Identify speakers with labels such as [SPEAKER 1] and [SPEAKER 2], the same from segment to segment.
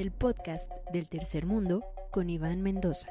[SPEAKER 1] el podcast del tercer mundo con Iván Mendoza.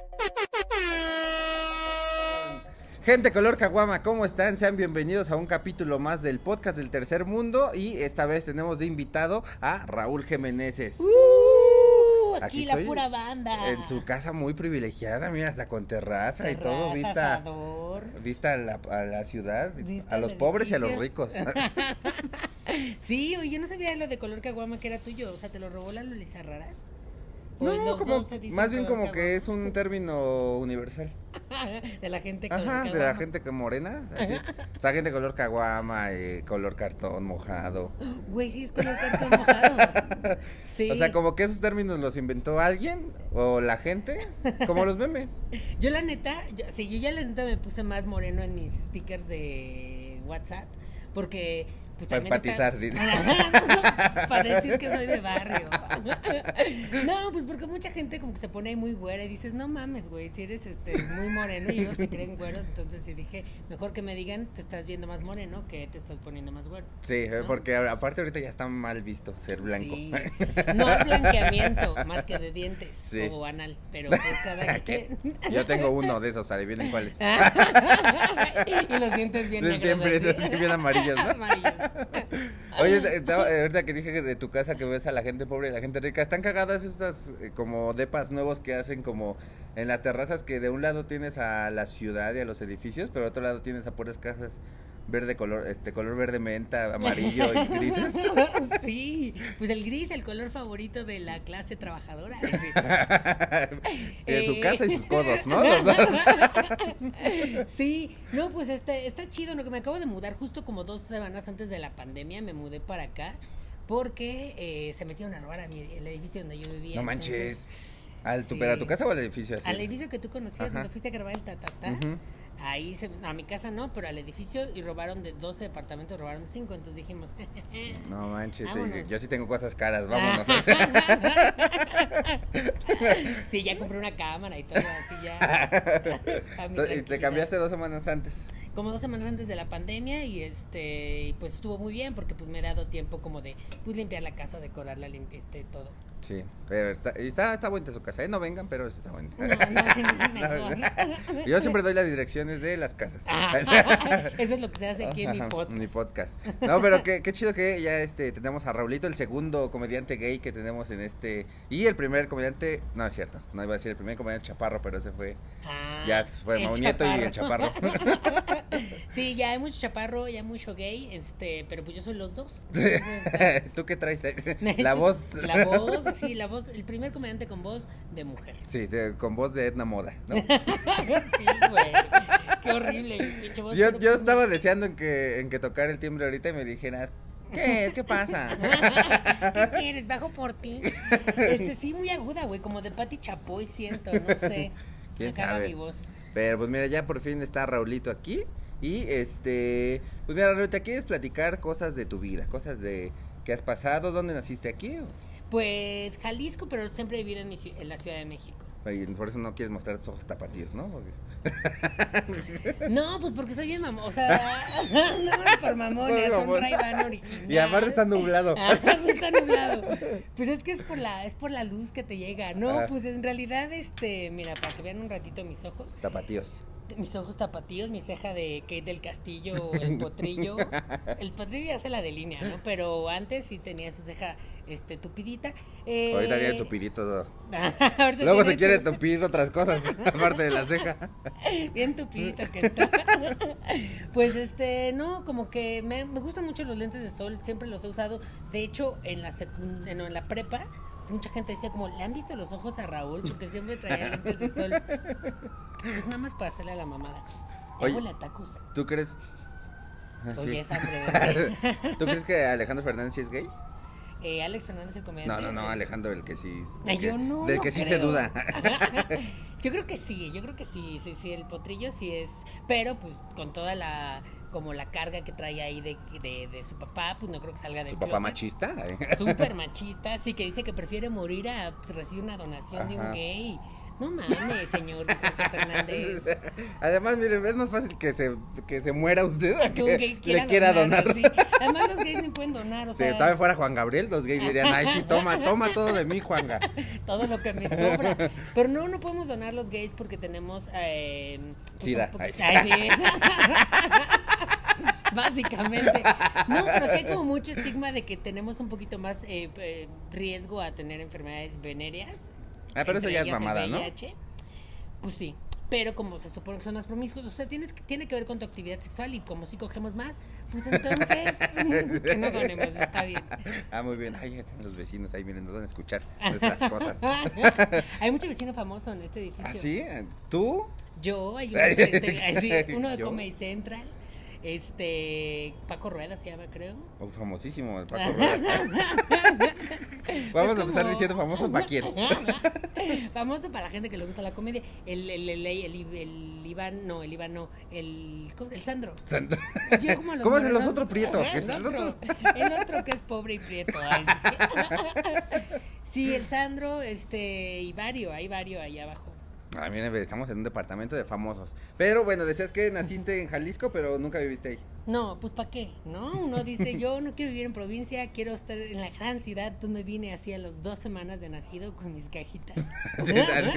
[SPEAKER 2] Gente color caguama, ¿cómo están? Sean bienvenidos a un capítulo más del podcast del tercer mundo. Y esta vez tenemos de invitado a Raúl Jiménez.
[SPEAKER 3] Aquí la pura banda.
[SPEAKER 2] En su casa muy privilegiada, mira, hasta con terraza y todo, vista a la ciudad,
[SPEAKER 3] vista
[SPEAKER 2] a los pobres y a los ricos.
[SPEAKER 3] Sí, oye, yo no sabía lo de color caguama que era tuyo, o sea, ¿te lo robó la Lulisa Raras?
[SPEAKER 2] No, como, más bien como que es un término universal.
[SPEAKER 3] De la gente color
[SPEAKER 2] Ajá,
[SPEAKER 3] caguama.
[SPEAKER 2] de la gente que morena, así. O sea, gente color caguama, color cartón mojado.
[SPEAKER 3] Güey, sí es color cartón mojado. Sí.
[SPEAKER 2] O sea, como que esos términos los inventó alguien o la gente, como los memes.
[SPEAKER 3] Yo la neta, yo ya la neta me puse más moreno en mis stickers de WhatsApp, porque pues
[SPEAKER 2] para empatizar,
[SPEAKER 3] dice. Para decir que soy de barrio. No, pues porque mucha gente como que se pone ahí muy güera y dices, no mames, güey, si eres muy moreno y ellos se creen güeros, entonces sí dije, mejor que me digan, te estás viendo más moreno que te estás poniendo más güero.
[SPEAKER 2] Sí, ¿no? Porque aparte ahorita ya está mal visto ser blanco.
[SPEAKER 3] Sí. No hay blanqueamiento, más que de dientes o anal, pero pues cada quien.
[SPEAKER 2] Yo tengo uno de esos, adivinen cuáles.
[SPEAKER 3] Y los dientes bien negros.
[SPEAKER 2] Siempre bien amarillos, ¿no?
[SPEAKER 3] Amarillos.
[SPEAKER 2] Oye, ahorita que dije de tu casa que ves a la gente pobre y a la gente rica, están cagadas estas como depas nuevos que hacen como en las terrazas, que de un lado tienes a la ciudad y a los edificios, pero de otro lado tienes a puras casas verde color verde menta, amarillo y grises.
[SPEAKER 3] Sí, pues el gris, el color favorito de la clase trabajadora. Sí.
[SPEAKER 2] En su casa y sus codos, ¿no? Los dos.
[SPEAKER 3] Sí, no, pues está chido, lo que me acabo de mudar justo como 2 semanas antes de la pandemia, me mudé para acá porque se metieron a robar el edificio donde yo vivía.
[SPEAKER 2] No manches.
[SPEAKER 3] Entonces,
[SPEAKER 2] ¿Pero a tu casa o al edificio así?
[SPEAKER 3] Al edificio que tú conocías,
[SPEAKER 2] Ajá.
[SPEAKER 3] donde fuiste a grabar el tatata.
[SPEAKER 2] Uh-huh.
[SPEAKER 3] Ahí a mi casa no, pero al edificio, y robaron de 12 departamentos, robaron 5, entonces dijimos,
[SPEAKER 2] no manches,
[SPEAKER 3] vámonos.
[SPEAKER 2] Yo sí tengo cosas caras, vámonos.
[SPEAKER 3] Sí, ya compré una cámara y todo, así ya.
[SPEAKER 2] ¿Y te cambiaste 2 semanas antes?
[SPEAKER 3] Como 2 semanas antes de la pandemia y y pues estuvo muy bien porque pues me he dado tiempo como de pues limpiar la casa, decorarla, todo.
[SPEAKER 2] Sí, pero está bonita su casa, no vengan, pero está bonita.
[SPEAKER 3] No.
[SPEAKER 2] Yo siempre doy las direcciones de las casas.
[SPEAKER 3] Eso es lo que se hace aquí en mi podcast.
[SPEAKER 2] No, pero qué chido que ya tenemos a Raulito, el segundo comediante gay que tenemos en y el primer comediante, no es cierto, no iba a decir el primer comediante chaparro, pero ese fue, ya fue Mau Nieto y el chaparro.
[SPEAKER 3] Sí, ya hay mucho chaparro, ya mucho gay, pero pues yo soy los dos.
[SPEAKER 2] Entonces, ¿tú qué traes? La voz,
[SPEAKER 3] sí, la voz, el primer comediante con voz de mujer.
[SPEAKER 2] Sí, con voz de Edna Moda, ¿no?
[SPEAKER 3] Sí, güey, qué horrible, pinche voz.
[SPEAKER 2] Yo estaba deseando en que tocara el timbre ahorita y me dijeras, ¿qué pasa?
[SPEAKER 3] ¿Qué quieres? Bajo por ti. Sí, muy aguda, güey, como de Pati Chapoy siento, no sé.
[SPEAKER 2] ¿Quién
[SPEAKER 3] Acaba
[SPEAKER 2] sabe?
[SPEAKER 3] mi voz.
[SPEAKER 2] Pero pues mira, ya por fin está Raulito aquí. Y pues mira, Raulito, ¿te quieres platicar cosas de tu vida? Cosas de ¿qué has pasado? ¿Dónde naciste aquí?
[SPEAKER 3] Pues Jalisco, pero siempre he vivido en la Ciudad de México.
[SPEAKER 2] Y por eso no quieres mostrar tus ojos tapatíos, ¿no?
[SPEAKER 3] No, pues porque soy bien mamón, o sea, no es por mamón, es un Ray-Ban original.
[SPEAKER 2] Y aparte está nublado.
[SPEAKER 3] Sí, está nublado. Pues es que es por la luz que te llega. No, pues en realidad, mira, para que vean un ratito mis ojos.
[SPEAKER 2] Tapatíos.
[SPEAKER 3] Mis ojos tapatíos, mi ceja de Kate del Castillo, el potrillo. El potrillo ya se la delinea, ¿no? Pero antes sí tenía su ceja tupidita.
[SPEAKER 2] Ahorita tiene tupidito.
[SPEAKER 3] Ahorita
[SPEAKER 2] Luego se quiere tupir otras cosas, aparte de la ceja.
[SPEAKER 3] Bien tupidito que está. Pues no, como que me gustan mucho los lentes de sol, siempre los he usado. De hecho, en la prepa, mucha gente decía como, ¿le han visto los ojos a Raúl? Porque siempre traía lentes de sol. Pues nada más para hacerle a la mamada. Huele a tacos.
[SPEAKER 2] ¿Tú crees?
[SPEAKER 3] Oye, es hambre.
[SPEAKER 2] ¿Tú crees que Alejandro Fernández sí es gay?
[SPEAKER 3] Alex Fernández, el comediante.
[SPEAKER 2] No, Alejandro, el que sí.
[SPEAKER 3] Yo no.
[SPEAKER 2] Del que sí se duda.
[SPEAKER 3] Yo creo que sí, sí, el potrillo sí es. Pero pues con toda la carga que trae ahí de su papá, pues no creo que salga del
[SPEAKER 2] ¿Su papá machista?
[SPEAKER 3] Súper machista, sí, que dice que prefiere morir a recibir una donación de un gay. No mames, señor Vicente Fernández.
[SPEAKER 2] Además, miren, es más fácil que se muera usted a
[SPEAKER 3] Que un
[SPEAKER 2] que
[SPEAKER 3] gay
[SPEAKER 2] le quiera donar.
[SPEAKER 3] sí. Además, los gays ni pueden donar, o
[SPEAKER 2] Si
[SPEAKER 3] sea,
[SPEAKER 2] todavía fuera Juan Gabriel, los gays dirían, ay, sí, toma todo de mí, Juanga.
[SPEAKER 3] todo lo que me sobra. Pero no podemos donar los gays porque tenemos...
[SPEAKER 2] Sida.
[SPEAKER 3] Ay, sí. Básicamente. No, pero sí hay como mucho estigma de que tenemos un poquito más riesgo a tener enfermedades venéreas.
[SPEAKER 2] Ah, pero eso
[SPEAKER 3] entre
[SPEAKER 2] ya es
[SPEAKER 3] ellas el
[SPEAKER 2] mamada, ¿no?
[SPEAKER 3] VIH. Pues sí. Pero como se supone que son más promiscuos, o sea, tiene que ver con tu actividad sexual y como si cogemos más, pues entonces que no donemos, está bien.
[SPEAKER 2] Ah, muy bien. Ay, están los vecinos ahí, miren, nos van a escuchar nuestras cosas.
[SPEAKER 3] Hay mucho vecino famoso en este edificio.
[SPEAKER 2] ¿Ah, sí? ¿Tú?
[SPEAKER 3] Yo, hay uno de uno de
[SPEAKER 2] ¿Yo?
[SPEAKER 3] Comedy Central. Paco Rueda se llama, creo.
[SPEAKER 2] Oh, famosísimo, el Paco Rueda. Vamos a empezar diciendo famoso para quién.
[SPEAKER 3] Famoso para la gente que le gusta la comedia. El Iván, no, el Sandro. Yo como los
[SPEAKER 2] ¿Cómo es el
[SPEAKER 3] morenos-
[SPEAKER 2] otro prieto?
[SPEAKER 3] El otro que es pobre y prieto. Ay, sí, el Sandro, y hay varios ahí abajo.
[SPEAKER 2] Ah, miren, estamos en un departamento de famosos. Pero bueno, decías que naciste en Jalisco, pero nunca viviste ahí.
[SPEAKER 3] No, pues ¿para qué? ¿No? Uno dice, yo no quiero vivir en provincia, quiero estar en la gran ciudad. Entonces me vine así a las 2 semanas de nacido con mis cajitas.
[SPEAKER 2] Sí, dale.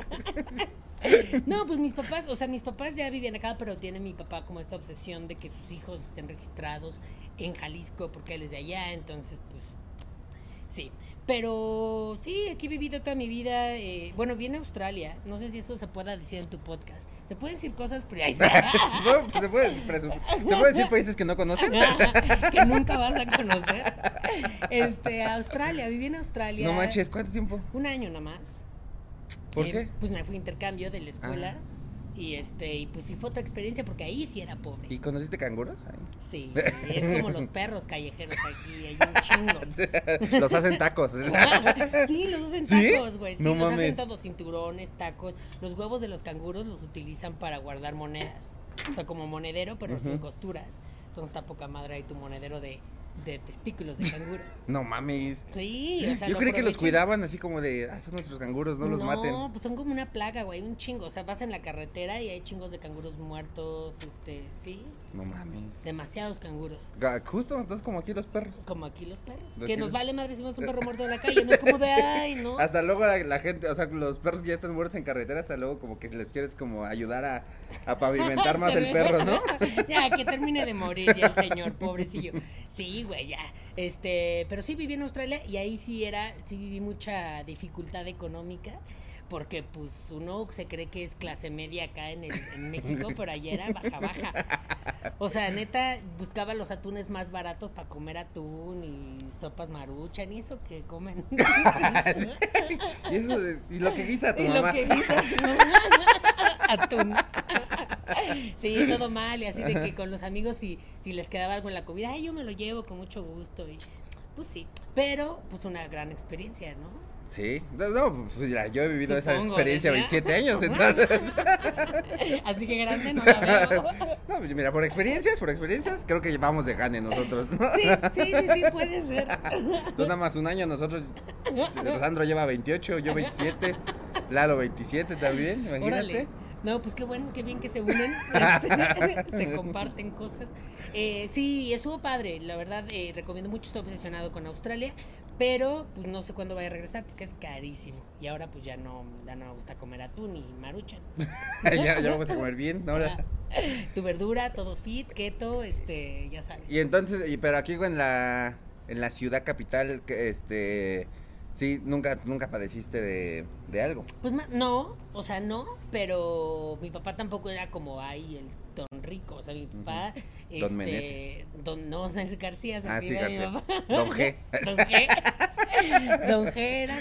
[SPEAKER 3] No, pues mis papás ya vivían acá, pero tiene mi papá como esta obsesión de que sus hijos estén registrados en Jalisco porque él es de allá, entonces pues sí. Pero sí, aquí he vivido toda mi vida. Bueno, vine a Australia. No sé si eso se pueda decir en tu podcast. Se pueden decir cosas, pero
[SPEAKER 2] ¿Se puede decir países que no conocen?
[SPEAKER 3] que nunca vas a conocer. Australia, viví en Australia.
[SPEAKER 2] No manches, ¿cuánto tiempo?
[SPEAKER 3] 1 año nada más.
[SPEAKER 2] ¿Por qué?
[SPEAKER 3] Pues me fui a intercambio de la escuela. Y pues sí fue otra experiencia porque ahí sí era pobre.
[SPEAKER 2] ¿Y conociste canguros? Ay.
[SPEAKER 3] Sí, es como los perros callejeros aquí, hay un chingo.
[SPEAKER 2] Los hacen tacos.
[SPEAKER 3] Sí, los hacen
[SPEAKER 2] ¿Sí?
[SPEAKER 3] tacos, güey. Sí,
[SPEAKER 2] No
[SPEAKER 3] los hacen
[SPEAKER 2] mames.
[SPEAKER 3] todos, cinturones, tacos. Los huevos de los canguros los utilizan para guardar monedas. O sea, como monedero, pero sin costuras. Entonces está poca madre ahí tu monedero de testículos de canguro.
[SPEAKER 2] No mames.
[SPEAKER 3] Sí, o sea,
[SPEAKER 2] Yo
[SPEAKER 3] lo
[SPEAKER 2] creí que los
[SPEAKER 3] aprovechan.
[SPEAKER 2] cuidaban así como de, son nuestros canguros, no los maten.
[SPEAKER 3] No, pues son como una plaga, güey, un chingo. O sea, vas en la carretera y hay chingos de canguros muertos, sí.
[SPEAKER 2] No mames.
[SPEAKER 3] Demasiados canguros.
[SPEAKER 2] Justo, entonces como aquí los perros.
[SPEAKER 3] Como aquí los perros.
[SPEAKER 2] Los
[SPEAKER 3] Que
[SPEAKER 2] que-
[SPEAKER 3] nos vale madre si vemos un perro muerto en la calle. No es como de, ay, no.
[SPEAKER 2] Hasta luego la gente, o sea, los perros que ya están muertos en carretera, hasta luego como que les quieres como ayudar a pavimentar más el perro, ¿no?
[SPEAKER 3] Ya, que termine de morir ya el señor, pobrecillo. Sí, güey, ya. Pero sí viví en Australia y ahí sí viví mucha dificultad económica. Porque pues uno se cree que es clase media acá en México, pero allá era baja. O sea, neta, buscaba los atunes más baratos para comer atún y sopas maruchan y eso que comen.
[SPEAKER 2] Y lo que guisa tu
[SPEAKER 3] Y
[SPEAKER 2] mamá.
[SPEAKER 3] lo que dice tu mamá. Atún. Sí, todo mal, y así de que con los amigos si les quedaba algo en la comida, ay, yo me lo llevo con mucho gusto. Y pues sí, pero pues una gran experiencia, ¿no?
[SPEAKER 2] Sí, no, pues mira, yo he vivido esa
[SPEAKER 3] Supongo,
[SPEAKER 2] experiencia
[SPEAKER 3] ¿verdad?
[SPEAKER 2] 27 años, entonces.
[SPEAKER 3] Así que grande no la veo.
[SPEAKER 2] No, pues mira, por experiencias, creo que vamos de gane nosotros, ¿no?
[SPEAKER 3] Sí, puede ser.
[SPEAKER 2] Tú nada más 1 año, nosotros, Sandro lleva 28, yo 27, Lalo 27 también, imagínate.
[SPEAKER 3] Órale. No, pues qué bueno, qué bien que se unen, se comparten cosas. Sí, estuvo padre, la verdad, recomiendo mucho, estoy obsesionado con Australia, pero pues no sé cuándo vaya a regresar porque es carísimo. Y ahora pues ya no me gusta comer atún ni maruchan.
[SPEAKER 2] ya vamos a comer bien, ¿no? Ahora.
[SPEAKER 3] Tu verdura, todo fit, keto, ya sabes.
[SPEAKER 2] Y entonces, pero aquí en la ciudad capital, sí, nunca padeciste de algo.
[SPEAKER 3] Pues no, o sea, no, pero mi papá tampoco era como ahí el don rico, o sea, mi papá,
[SPEAKER 2] Don Meneses.
[SPEAKER 3] no, es García, se
[SPEAKER 2] Ah, sí,
[SPEAKER 3] apellida mi
[SPEAKER 2] García.
[SPEAKER 3] papá.
[SPEAKER 2] Don G.
[SPEAKER 3] Don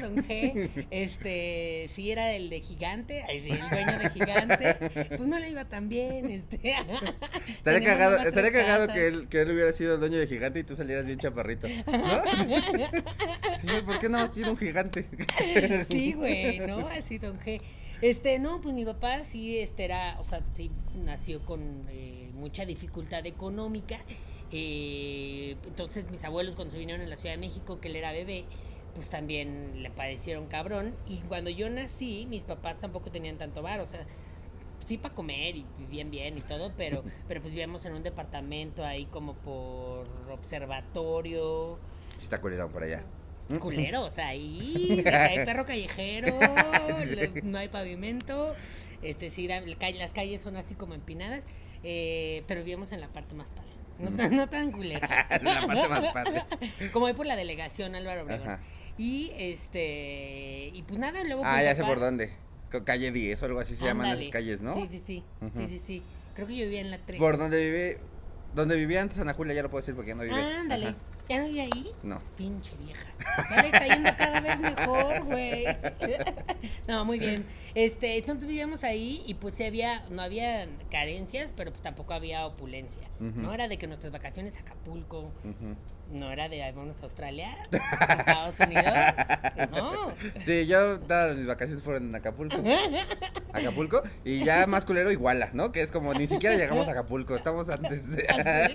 [SPEAKER 3] G, sí era el de Gigante, ahí sí, el dueño de Gigante, pues no le iba tan bien,
[SPEAKER 2] Estaría
[SPEAKER 3] Teníamos nada más 3
[SPEAKER 2] cagado
[SPEAKER 3] casas.
[SPEAKER 2] que él hubiera sido el dueño de Gigante y tú salieras bien chaparrito, ¿no? Señor, ¿por qué no tiene un gigante?
[SPEAKER 3] Sí, güey, ¿no? Así, don G. No, pues mi papá sí, sí nació con mucha dificultad económica. Entonces mis abuelos cuando se vinieron a la Ciudad de México, que él era bebé, pues también le padecieron cabrón. Y cuando yo nací, mis papás tampoco tenían tanto varo, o sea, sí para comer y vivían bien y todo, pero pues vivíamos en un departamento ahí como por observatorio.
[SPEAKER 2] Sí está culero por allá.
[SPEAKER 3] Culero, o sea, ahí hay perro callejero, no hay pavimento, sí, las calles son así como empinadas, pero vivíamos en la parte más padre. No tan culera.
[SPEAKER 2] En la parte más padre.
[SPEAKER 3] Como ahí por la delegación Álvaro Obregón.
[SPEAKER 2] Ajá.
[SPEAKER 3] Y y pues nada, luego
[SPEAKER 2] Ya sé por dónde. Calle 10 o algo así se llaman las calles, ¿no?
[SPEAKER 3] Sí. Sí. Creo que yo vivía en la 3.
[SPEAKER 2] Por donde vivía antes Ana Julia, ya lo puedo decir porque ya no vive.
[SPEAKER 3] Ándale.
[SPEAKER 2] Ajá.
[SPEAKER 3] ¿Ya no vive ahí?
[SPEAKER 2] No.
[SPEAKER 3] Pinche vieja. Ya le está yendo cada vez mejor, güey. No, muy bien. Entonces vivíamos ahí y pues sí no había carencias, pero pues tampoco había opulencia. No era de que nuestras vacaciones a Acapulco, no era de vámonos a Australia, Estados Unidos, no.
[SPEAKER 2] Sí, todas mis vacaciones fueron en Acapulco. Y ya más culero Iguala, ¿no? Que es como ni siquiera llegamos a Acapulco, estamos antes de...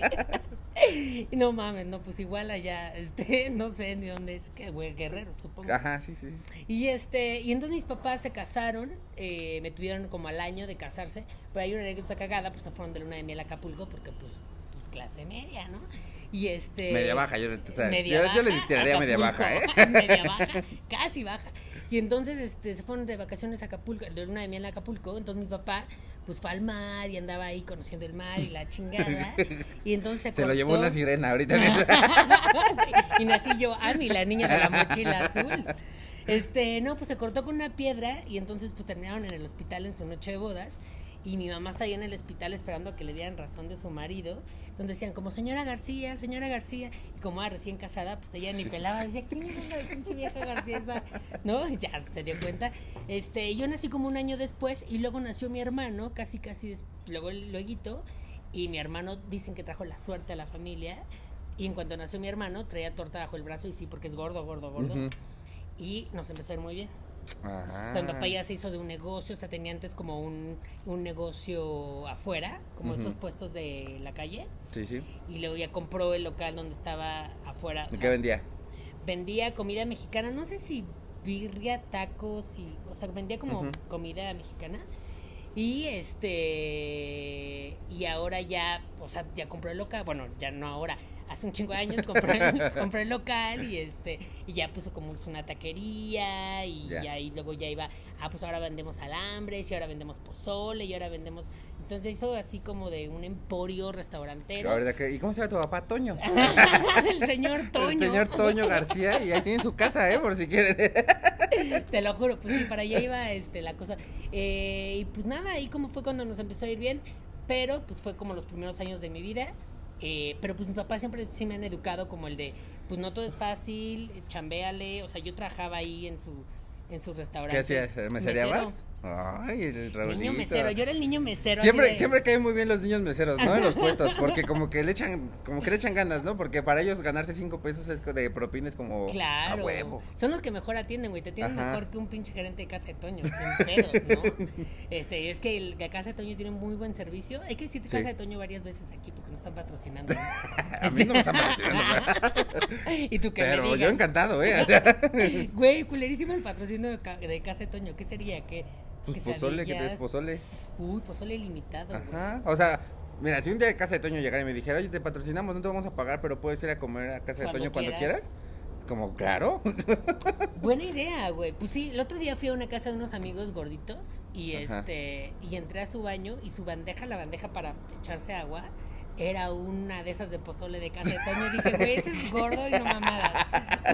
[SPEAKER 3] No mames, no, pues igual allá, no sé ni dónde es, que güey, Guerrero, supongo.
[SPEAKER 2] Ajá, sí.
[SPEAKER 3] Y entonces mis papás se casaron, me tuvieron como al año de casarse, pero hay una anécdota cagada, pues se fueron de luna de miel a Acapulco porque pues clase media, ¿no? Y
[SPEAKER 2] media baja, yo le tiraría
[SPEAKER 3] Acapulco,
[SPEAKER 2] media baja, ¿eh?
[SPEAKER 3] Media baja, casi baja. Y entonces se fueron de vacaciones a Acapulco, de luna de miel a Acapulco, entonces mi papá pues fue al mar y andaba ahí conociendo el mar y la chingada. Y entonces
[SPEAKER 2] se lo llevó una sirena ahorita.
[SPEAKER 3] Sí, y nací yo, Ami, la niña de la mochila azul. No, pues se cortó con una piedra y entonces pues terminaron en el hospital en su noche de bodas. Y mi mamá está ahí en el hospital esperando a que le dieran razón de su marido, donde decían como señora García, y como era recién casada, pues ella ni pelaba, decía, ¿quién es la pinche vieja García esa? ¿No? Ya se dio cuenta. Yo nací como un año después y luego nació mi hermano, casi luego, y mi hermano dicen que trajo la suerte a la familia, y en cuanto nació mi hermano traía torta bajo el brazo, y sí, porque es gordo, y nos empezó a ir muy bien.
[SPEAKER 2] Ajá.
[SPEAKER 3] O sea, mi papá ya se hizo de un negocio, o sea, tenía antes como un negocio afuera, como estos puestos de la calle.
[SPEAKER 2] Sí.
[SPEAKER 3] Y luego ya compró el local donde estaba afuera.
[SPEAKER 2] ¿Y qué vendía?
[SPEAKER 3] Vendía comida mexicana, no sé si birria, tacos, o sea, vendía como comida mexicana. Y y ahora ya, o sea, ya compró el local, bueno, ya no ahora, hace un chingo de años compré el local y ya puso como una taquería y luego ya iba, pues ahora vendemos alambres y ahora vendemos pozole y ahora vendemos, entonces hizo así como de un emporio restaurantero.
[SPEAKER 2] La verdad ¿y cómo se llama tu papá? Toño.
[SPEAKER 3] El señor Toño.
[SPEAKER 2] El señor Toño García, y ahí tiene su casa, por si quieren.
[SPEAKER 3] Te lo juro, pues sí, para allá iba la cosa. Y pues nada, ahí como fue cuando nos empezó a ir bien, pero pues fue como los primeros años de mi vida. Pero pues mis papás siempre sí me han educado como el de, pues no todo es fácil, chambéale, o sea, yo trabajaba ahí en sus restaurantes.
[SPEAKER 2] ¿Qué hacías? ¿Mesereabas? Ay, el Raulito.
[SPEAKER 3] Niño mesero, yo era el niño mesero.
[SPEAKER 2] Siempre caen muy bien los niños meseros, ¿no? En los puestos, porque como que le echan ganas, ¿no? Porque para ellos ganarse 5 pesos de propina es como
[SPEAKER 3] claro,
[SPEAKER 2] a huevo.
[SPEAKER 3] Son los que mejor atienden, güey, te atienden mejor que un pinche gerente de Casa de Toño, sin pedos, ¿no? Es que la Casa de Toño tiene un muy buen servicio. Hay que decirte Casa de Toño varias veces aquí porque nos están patrocinando, ¿no?
[SPEAKER 2] A mí no me están patrocinando,
[SPEAKER 3] ¿Y tú qué
[SPEAKER 2] pero
[SPEAKER 3] me digas?
[SPEAKER 2] yo encantado, o sea.
[SPEAKER 3] Güey, culerísimo el patrocinio de Casa de Toño. ¿Qué sería? ¿Qué?
[SPEAKER 2] Pues pozole, ¿qué te des pozole?
[SPEAKER 3] Uy, pozole ilimitado.
[SPEAKER 2] Ajá, o sea, mira, si un día de Casa de Toño llegara y me dijera, oye, te patrocinamos, no te vamos a pagar, pero puedes ir a comer a Casa de Toño cuando quieras. Como, claro.
[SPEAKER 3] Buena idea, güey. Pues sí, el otro día fui a una casa de unos amigos gorditos y y entré a su baño y su bandeja, la bandeja para echarse agua, era una de esas de pozole de Casa de Toño. Y dije, güey, ese es gordo y no mamadas.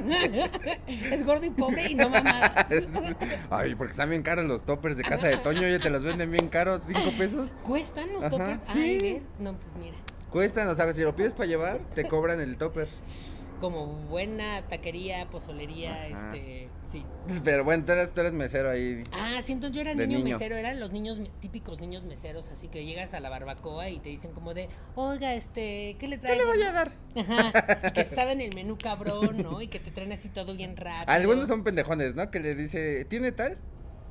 [SPEAKER 3] Es gordo y pobre y no mamadas.
[SPEAKER 2] Ay, porque están bien caros los toppers de Casa de Toño. Ya te los venden bien caros, 5 pesos.
[SPEAKER 3] ¿Cuestan los toppers?
[SPEAKER 2] Sí.
[SPEAKER 3] Ay, ver. No, pues mira.
[SPEAKER 2] Cuestan, o sea, si lo pides para llevar, te cobran el topper.
[SPEAKER 3] Como buena taquería, pozolería, sí.
[SPEAKER 2] Pero bueno, tú eres mesero ahí.
[SPEAKER 3] Sí, entonces yo era niño mesero, eran los niños, típicos niños meseros, así que llegas a la barbacoa y te dicen como de, oiga, ¿qué le traigo?
[SPEAKER 2] ¿Qué le voy a dar?
[SPEAKER 3] Ajá, y que estaba en el menú cabrón, ¿no? Y que te traen así todo bien rápido.
[SPEAKER 2] Algunos son pendejones, ¿no? Que le dice, ¿tiene tal?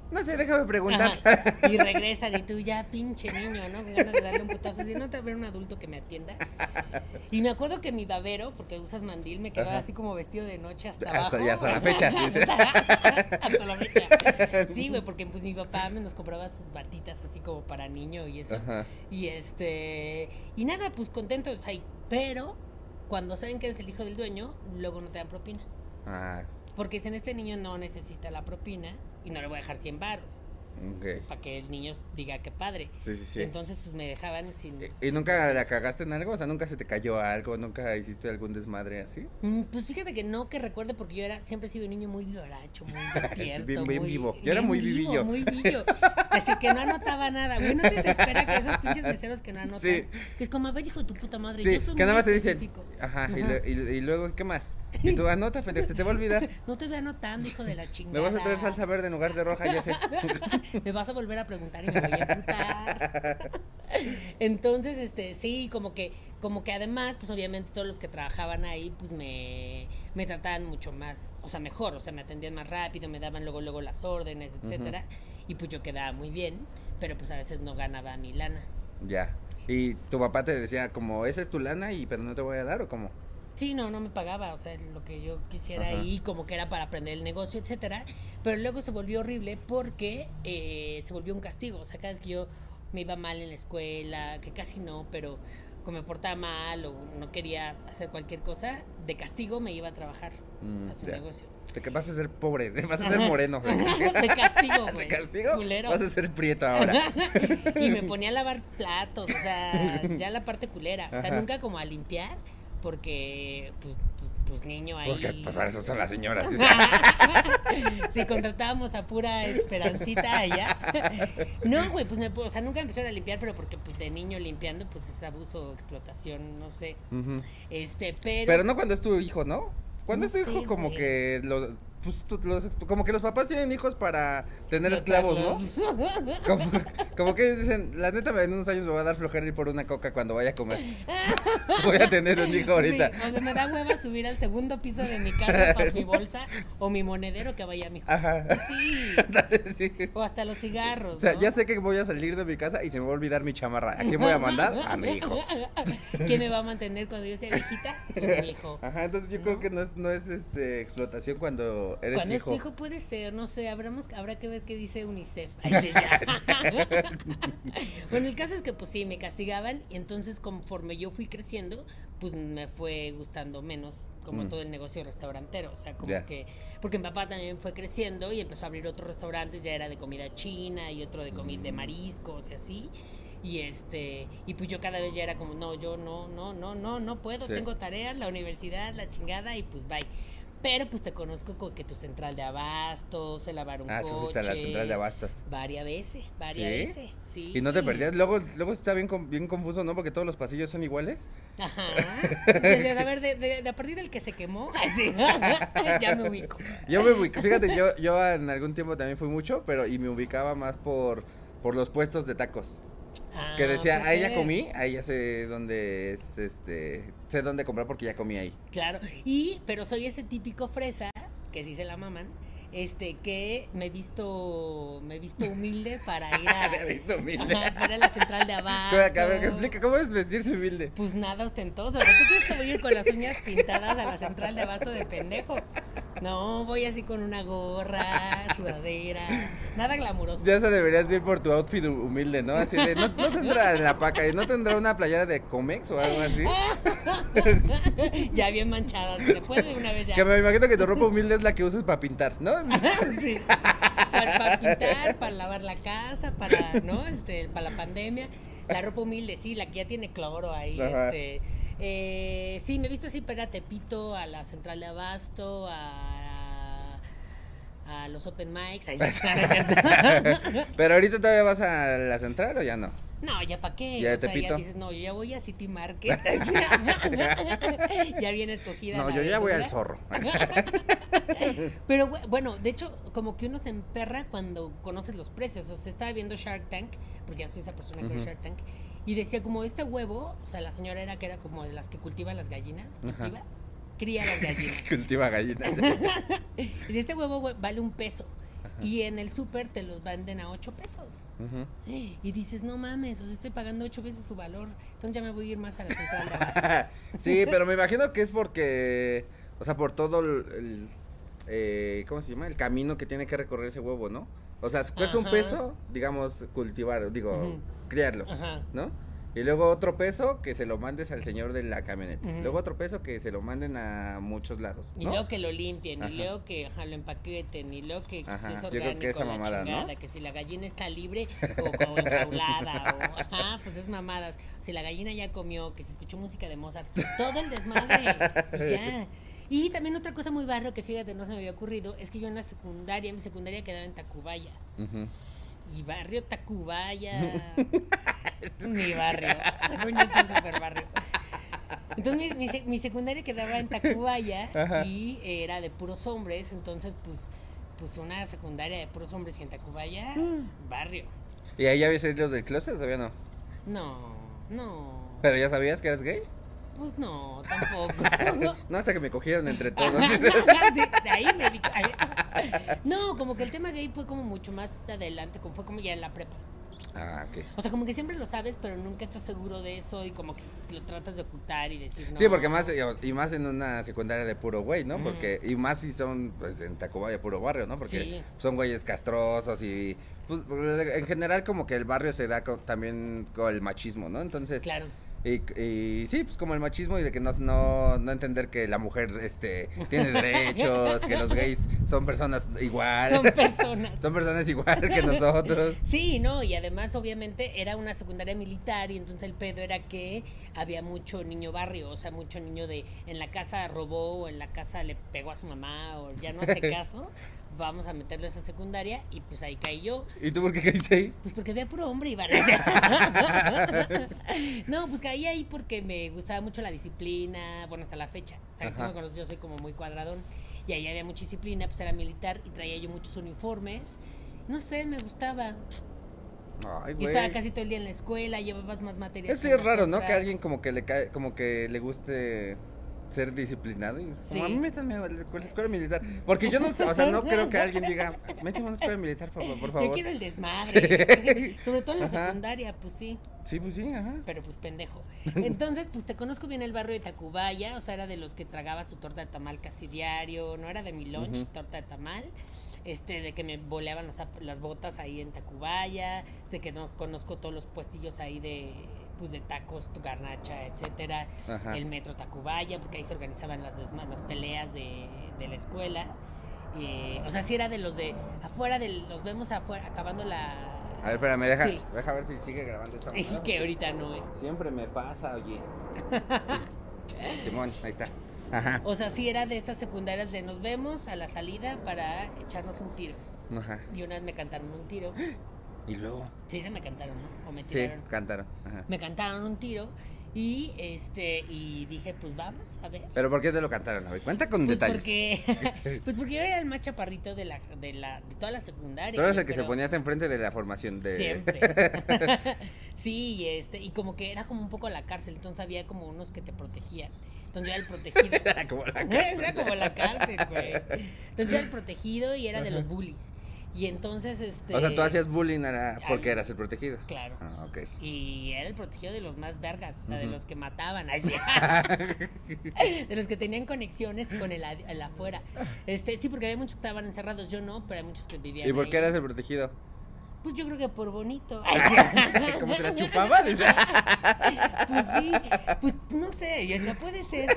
[SPEAKER 2] No sé, déjame preguntar.
[SPEAKER 3] Ajá. Y regresan y tú ya pinche niño, ¿no? Con ganas de darle un putazo así, no te ver un adulto que me atienda. Y me acuerdo que mi babero, porque usas mandil, me quedaba así como vestido de noche hasta abajo.
[SPEAKER 2] Hasta la fecha.
[SPEAKER 3] Hasta la fecha. Sí, güey, porque pues mi papá nos compraba sus batitas así como para niño y eso.
[SPEAKER 2] Ajá.
[SPEAKER 3] Y y nada, pues contentos ahí. Pero cuando saben que eres el hijo del dueño, luego no te dan propina.
[SPEAKER 2] Ah,
[SPEAKER 3] Porque dicen, este niño no necesita la propina y no le voy a dejar 100 varos.
[SPEAKER 2] ok.
[SPEAKER 3] Para que el niño diga que padre.
[SPEAKER 2] Sí, sí, sí.
[SPEAKER 3] Entonces, pues me dejaban sin.
[SPEAKER 2] ¿Y nunca la cagaste en algo? O sea, ¿nunca se te cayó algo? ¿Nunca hiciste algún desmadre así?
[SPEAKER 3] Pues fíjate que no, que recuerde, porque yo siempre he sido un niño muy vivaраcho, muy despierto.
[SPEAKER 2] Bien vivo. Yo era muy vivillo.
[SPEAKER 3] Muy vivillo. Así que no anotaba nada, güey. No te desespera que esos pinches meseros que no anotan.
[SPEAKER 2] Sí.
[SPEAKER 3] Que es como, a ver, hijo de tu puta madre.
[SPEAKER 2] Sí,
[SPEAKER 3] yo soy
[SPEAKER 2] que nada
[SPEAKER 3] muy
[SPEAKER 2] más te dicen.
[SPEAKER 3] específico.
[SPEAKER 2] Ajá, y luego, ¿qué más? Y tú anota, pendejo, se te va a olvidar.
[SPEAKER 3] No te voy anotando, hijo de la chingada.
[SPEAKER 2] Me vas a traer salsa verde en lugar de roja, ya sé.
[SPEAKER 3] Me vas a volver a preguntar y me voy a emputar. Entonces, sí, como que además, pues obviamente todos los que trabajaban ahí, pues me trataban mucho más, o sea, mejor, o sea, me atendían más rápido, me daban luego las órdenes, etcétera, y pues yo quedaba muy bien, pero pues a veces no ganaba mi lana.
[SPEAKER 2] Ya. ¿Y tu papá te decía como, esa es tu lana pero no te voy a dar o cómo?
[SPEAKER 3] Sí, no me pagaba, o sea, lo que yo quisiera ahí, como que era para aprender el negocio, etcétera, pero luego se volvió horrible porque se volvió un castigo, o sea, cada vez que yo me iba mal en la escuela, que casi no, pero como me portaba mal o no quería hacer cualquier cosa, de castigo me iba a trabajar a su negocio.
[SPEAKER 2] De que vas a ser pobre, vas a ser moreno.
[SPEAKER 3] De castigo, güey.
[SPEAKER 2] ¿De castigo?
[SPEAKER 3] Culero.
[SPEAKER 2] Vas a ser prieto ahora.
[SPEAKER 3] Y me ponía a lavar platos, o sea, ya la parte culera, o sea,
[SPEAKER 2] Ajá.
[SPEAKER 3] nunca como a limpiar, porque pues niño ahí.
[SPEAKER 2] Porque pues para eso son las señoras. ¿Sí?
[SPEAKER 3] Si contratábamos a pura Esperancita allá. No, güey, pues o sea, nunca empezaron a limpiar, pero porque pues de niño limpiando, pues es abuso, explotación, no sé.
[SPEAKER 2] Ujú.
[SPEAKER 3] Pero
[SPEAKER 2] no cuando es tu hijo, ¿no? Cuando
[SPEAKER 3] No
[SPEAKER 2] es tu hijo,
[SPEAKER 3] sé,
[SPEAKER 2] como
[SPEAKER 3] güey.
[SPEAKER 2] que como que los papás tienen hijos para tener esclavos, ¿no? Como que ellos dicen, la neta, en unos años me va a dar flojera ir por una coca cuando vaya a comer. Voy a tener un hijo ahorita.
[SPEAKER 3] Sí, o sea, me da hueva subir al segundo piso de mi casa para mi bolsa o mi monedero que vaya a mi hijo.
[SPEAKER 2] Ajá.
[SPEAKER 3] Sí.
[SPEAKER 2] Sí.
[SPEAKER 3] O hasta los cigarros.
[SPEAKER 2] O sea,
[SPEAKER 3] ¿no?
[SPEAKER 2] ya sé que voy a salir de mi casa y se me va a olvidar mi chamarra. ¿A quién voy a mandar? A mi hijo.
[SPEAKER 3] ¿Quién me va a mantener cuando yo sea viejita? Pues mi hijo.
[SPEAKER 2] Ajá, entonces yo creo que no es explotación cuando eres
[SPEAKER 3] Cuando
[SPEAKER 2] hijo.
[SPEAKER 3] es tu hijo puede ser, no sé, habrá que ver qué dice UNICEF. Ay, sí, ya. Bueno, el caso es que pues sí, me castigaban y entonces conforme yo fui creciendo, pues me fue gustando menos como todo el negocio restaurantero, o sea, como que, porque mi papá también fue creciendo y empezó a abrir otros restaurantes, ya era de comida china y otro de comida de mariscos y así. Y pues yo cada vez ya era como, no, yo no puedo,
[SPEAKER 2] Sí.
[SPEAKER 3] tengo tareas, la universidad, la chingada y pues bye. Pero pues te conozco con que tu central de abastos, el lavar un coche.
[SPEAKER 2] Sí fuiste a la central de abastos.
[SPEAKER 3] Varias veces,
[SPEAKER 2] ¿Sí?
[SPEAKER 3] sí.
[SPEAKER 2] Y no te perdías, luego está bien confuso, ¿no? Porque todos los pasillos son iguales.
[SPEAKER 3] Ajá. Entonces, a ver, de a partir del que se quemó, así, ya me ubico.
[SPEAKER 2] Yo me ubico, fíjate, yo en algún tiempo también fui mucho, y me ubicaba más por los puestos de tacos. Que decía,
[SPEAKER 3] puede
[SPEAKER 2] ahí ya
[SPEAKER 3] ser.
[SPEAKER 2] comí, ahí ya sé dónde es, sé dónde comprar porque ya comí ahí.
[SPEAKER 3] Claro, pero soy ese típico fresa, que sí se la maman, que me he visto humilde para ir a...
[SPEAKER 2] Me he visto humilde.
[SPEAKER 3] Ajá, para ir a la central de abasto.
[SPEAKER 2] A ver, ¿qué explica? ¿Cómo es vestirse humilde?
[SPEAKER 3] Pues nada ostentoso, ¿no? ¿Tú crees que voy a ir con las uñas pintadas a la central de abasto de pendejo? No, voy así con una gorra, sudadera, nada glamuroso.
[SPEAKER 2] Ya se deberías ir por tu outfit humilde, ¿no? Así de, no tendrá en la paca, ¿no tendrá una playera de Comex o algo así?
[SPEAKER 3] Ya bien manchada, se puede de una vez ya.
[SPEAKER 2] Que me imagino que tu ropa humilde es la que usas para pintar, ¿no?
[SPEAKER 3] Sí. Para pintar, para lavar la casa, para, ¿no? Para la pandemia. La ropa humilde, sí, la que ya tiene cloro ahí,
[SPEAKER 2] Ajá.
[SPEAKER 3] sí, me he visto así para ir a Tepito, a la central de abasto, a los open mics, ahí sí, claro, es cierto.
[SPEAKER 2] Pero ahorita todavía vas a la central o ya no.
[SPEAKER 3] No, ya para qué.
[SPEAKER 2] ¿Ya de
[SPEAKER 3] O sea,
[SPEAKER 2] Tepito?
[SPEAKER 3] ya dices, no, yo ya voy a City Market. Ya viene escogida.
[SPEAKER 2] No,
[SPEAKER 3] la
[SPEAKER 2] yo ya voy al
[SPEAKER 3] verdura.
[SPEAKER 2] Zorro.
[SPEAKER 3] Pero bueno, de hecho, como que uno se emperra cuando conoces los precios. O sea, estaba viendo Shark Tank, porque ya soy esa persona que ve Shark Tank, y decía como este huevo, o sea, la señora era que era como de las que cultivan las gallinas, cría las gallinas.
[SPEAKER 2] Cultiva gallinas.
[SPEAKER 3] Y dice, este huevo vale $1. y en el súper te los venden a 8 pesos. Y dices, no mames, o sea, estoy pagando 8 veces su valor, entonces ya me voy a ir más a la central de abasto.
[SPEAKER 2] Sí, pero me imagino que es porque, o sea, por todo ¿cómo se llama? El camino que tiene que recorrer ese huevo, ¿no? O sea, cuesta un
[SPEAKER 3] Ajá.
[SPEAKER 2] peso, digamos, cultivar, digo, criarlo,
[SPEAKER 3] Ajá.
[SPEAKER 2] ¿no? Y luego otro peso que se lo mandes al señor de la camioneta.
[SPEAKER 3] Ujú.
[SPEAKER 2] Luego otro peso que se lo manden a muchos lados,
[SPEAKER 3] Y
[SPEAKER 2] ¿no?
[SPEAKER 3] luego que lo limpien,
[SPEAKER 2] Ajá.
[SPEAKER 3] y luego que lo empaqueten, y luego que
[SPEAKER 2] Ajá,
[SPEAKER 3] si es
[SPEAKER 2] yo
[SPEAKER 3] orgánico,
[SPEAKER 2] creo que esa
[SPEAKER 3] la
[SPEAKER 2] mamada, ¿no?
[SPEAKER 3] chingada, que si la gallina está libre o enjaulada, o ajá, pues es mamadas. Si la gallina ya comió, que se escuchó música de Mozart, todo el desmadre, y ya. Y también otra cosa muy barrio que fíjate, no se me había ocurrido, es que yo en la secundaria, mi secundaria quedaba en Tacubaya.
[SPEAKER 2] Ujú.
[SPEAKER 3] Y barrio Tacubaya. Mi barrio. Coño, este es súper barrio. Entonces mi secundaria quedaba en Tacubaya.
[SPEAKER 2] Ajá.
[SPEAKER 3] Y era de puros hombres. Entonces, pues una secundaria de puros hombres y en Tacubaya, barrio.
[SPEAKER 2] ¿Y ahí ya habías salido del closet o todavía no?
[SPEAKER 3] No.
[SPEAKER 2] ¿Pero ya sabías que eras gay?
[SPEAKER 3] Pues no, tampoco.
[SPEAKER 2] No, hasta que me cogieron entre todos.
[SPEAKER 3] Sí, de ahí me di. No, como que el tema gay fue como mucho más adelante, como fue como ya en la prepa.
[SPEAKER 2] Ah, ok.
[SPEAKER 3] O sea, como que siempre lo sabes, pero nunca estás seguro de eso y como que lo tratas de ocultar y decir no.
[SPEAKER 2] Sí, porque más, digamos, y más en una secundaria de puro güey, ¿no?
[SPEAKER 3] Ujú.
[SPEAKER 2] Porque, y más si son, pues, en Tacubaya, puro barrio, ¿no? Porque
[SPEAKER 3] Sí.
[SPEAKER 2] son güeyes castrosos y, pues, en general como que el barrio se da también con el machismo, ¿no? Entonces,
[SPEAKER 3] Claro.
[SPEAKER 2] y sí, pues como el machismo y de que no entender que la mujer, tiene derechos, que los gays son personas igual.
[SPEAKER 3] Son personas.
[SPEAKER 2] Son personas igual que nosotros.
[SPEAKER 3] Sí, no, y además obviamente era una secundaria militar y entonces el pedo era que había mucho niño barrio, o sea, mucho niño de en la casa robó o en la casa le pegó a su mamá o ya no hace caso, vamos a meterlo a esa secundaria y pues ahí caí yo.
[SPEAKER 2] ¿Y tú por qué caíste ahí?
[SPEAKER 3] Pues porque había puro hombre, Iván. No, pues caí ahí porque me gustaba mucho la disciplina, bueno, hasta la fecha. O sea, tú
[SPEAKER 2] Ajá.
[SPEAKER 3] me conoces, yo soy como muy cuadradón. Y ahí había mucha disciplina, pues era militar y traía yo muchos uniformes. No sé, me gustaba.
[SPEAKER 2] Ay,
[SPEAKER 3] Y
[SPEAKER 2] güey.
[SPEAKER 3] estaba casi todo el día en la escuela, llevabas más materias.
[SPEAKER 2] Eso sí
[SPEAKER 3] que
[SPEAKER 2] es raro, ¿no? Que
[SPEAKER 3] nosotras.
[SPEAKER 2] alguien como que le cae, como que le guste ser disciplinado y
[SPEAKER 3] Sí.
[SPEAKER 2] como a mí métanme a la escuela militar, porque yo no, o sea, no creo que alguien diga, méteme a una escuela militar, por favor.
[SPEAKER 3] Yo quiero el desmadre.
[SPEAKER 2] Sí.
[SPEAKER 3] Sobre todo en la
[SPEAKER 2] Ajá.
[SPEAKER 3] secundaria, pues sí.
[SPEAKER 2] Sí, pues sí, ajá.
[SPEAKER 3] Pero pues pendejo. Entonces, pues te conozco bien el barrio de Tacubaya, o sea, era de los que tragaba su torta de tamal casi diario, no era de mi lunch,
[SPEAKER 2] Ujú.
[SPEAKER 3] torta de tamal, de que me boleaban las botas ahí en Tacubaya, de que nos conozco todos los puestillos ahí de tacos, tu garnacha, etcétera,
[SPEAKER 2] Ajá.
[SPEAKER 3] el metro Tacubaya, porque ahí se organizaban las peleas de la escuela. O sea, sí era de los de afuera, los vemos afuera, acabando la...
[SPEAKER 2] A ver, espérame,
[SPEAKER 3] Sí.
[SPEAKER 2] deja ver si sigue grabando esta mamada,
[SPEAKER 3] que
[SPEAKER 2] porque
[SPEAKER 3] ahorita no,
[SPEAKER 2] siempre me pasa, oye. Simón, ahí está. Ajá.
[SPEAKER 3] O sea, sí era de estas secundarias de nos vemos a la salida para echarnos un tiro.
[SPEAKER 2] Ajá.
[SPEAKER 3] Y una vez me cantaron un tiro.
[SPEAKER 2] Y luego,
[SPEAKER 3] Sí, se me cantaron, ¿no? O me
[SPEAKER 2] sí,
[SPEAKER 3] tiraron.
[SPEAKER 2] cantaron. Ajá.
[SPEAKER 3] Me cantaron un tiro y y dije, pues vamos a ver.
[SPEAKER 2] Pero ¿por qué te lo cantaron? A ver, cuenta con
[SPEAKER 3] Pues
[SPEAKER 2] detalles.
[SPEAKER 3] pues porque yo era el más chaparrito de toda la secundaria.
[SPEAKER 2] Tú eres
[SPEAKER 3] yo
[SPEAKER 2] el que se
[SPEAKER 3] creo.
[SPEAKER 2] ponías enfrente de la formación de...
[SPEAKER 3] Siempre. Sí, y como que era como un poco la cárcel, entonces había como unos que te protegían. Entonces yo era el protegido.
[SPEAKER 2] Era como la
[SPEAKER 3] Era como la cárcel, güey. Entonces yo era el protegido y era de los bullies. Y entonces,
[SPEAKER 2] O sea, tú hacías bullying porque
[SPEAKER 3] Al-
[SPEAKER 2] eras el protegido.
[SPEAKER 3] Claro.
[SPEAKER 2] Ah, ok.
[SPEAKER 3] Y era el protegido de los más vergas, o sea, de
[SPEAKER 2] Ujú.
[SPEAKER 3] los que mataban, ay, sí. De los que tenían conexiones con el afuera. Sí, porque había muchos que estaban encerrados, yo no, pero hay muchos que vivían
[SPEAKER 2] ¿Y por
[SPEAKER 3] ahí.
[SPEAKER 2] qué eras el protegido?
[SPEAKER 3] Pues yo creo que por bonito.
[SPEAKER 2] ¿Cómo se las chupaba?
[SPEAKER 3] Pues sí, pues no sé, o sea, puede ser,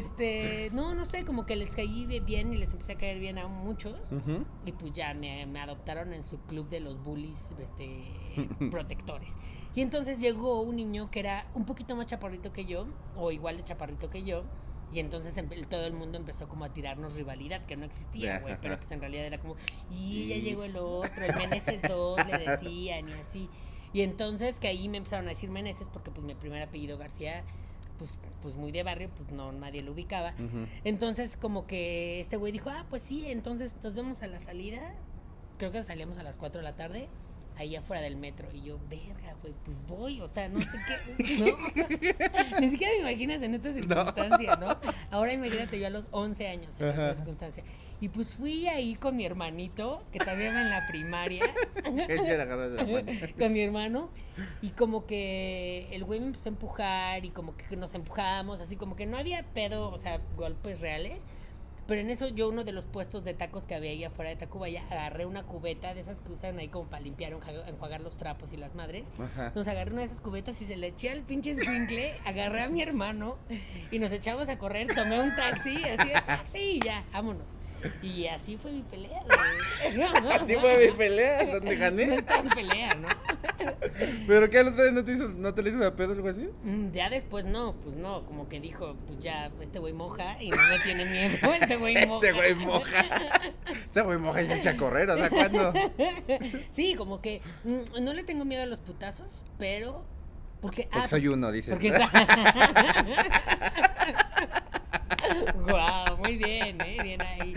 [SPEAKER 3] no sé, como que les caí bien y les empecé a caer bien a muchos.
[SPEAKER 2] Ujú.
[SPEAKER 3] Y pues ya me adoptaron en su club de los bullies protectores. Y entonces llegó un niño que era un poquito más chaparrito que yo, o igual de chaparrito que yo. Y entonces todo el mundo empezó como a tirarnos rivalidad, que no existía, güey. Pero pues en realidad era como, y ya llegó el otro, el Meneses 2, le decían, y así. Y entonces que ahí me empezaron a decir Meneses, porque pues mi primer apellido García, pues muy de barrio, pues no, nadie lo ubicaba.
[SPEAKER 2] Ujú.
[SPEAKER 3] Entonces como que este güey dijo, pues sí, entonces nos vemos a la salida. Creo que salíamos a las 4 de la tarde ahí afuera del metro. Y yo, verga, güey, pues voy, o sea, no sé qué, ¿no? Ni siquiera me imaginas en esta circunstancia, ¿no? Ahora imagínate yo a los 11 años en esta circunstancia. Y pues fui ahí con mi hermanito, que también va en la primaria. Con mi hermano. Y como que el güey me empezó a empujar y como que nos empujábamos, así como que no había pedo, o sea, golpes reales. Pero en eso yo uno de los puestos de tacos que había ahí afuera de Tacubaya, agarré una cubeta de esas que usan ahí como para limpiar, enjuagar los trapos y las madres. Ajá. Nos agarré una de esas cubetas y se le eché al pinche escuincle, agarré a mi hermano y nos echamos a correr, tomé un taxi, así de taxi y ya, vámonos. Y así fue mi pelea, güey.
[SPEAKER 2] Así fue mi pelea, donde gané.
[SPEAKER 3] No está en pelea, ¿no?
[SPEAKER 2] ¿Pero qué, al otro día no te le hizo de pedo o algo así?
[SPEAKER 3] Ya después no, pues no, como que dijo, pues ya, este güey moja y no me tiene miedo, este güey moja.
[SPEAKER 2] Este güey moja. Ese güey moja y se echa a correr, o sea, ¿cuándo?
[SPEAKER 3] Sí, como que no le tengo miedo a los putazos, pero... Porque
[SPEAKER 2] soy uno, dices.
[SPEAKER 3] Porque Guau, muy bien, bien ahí.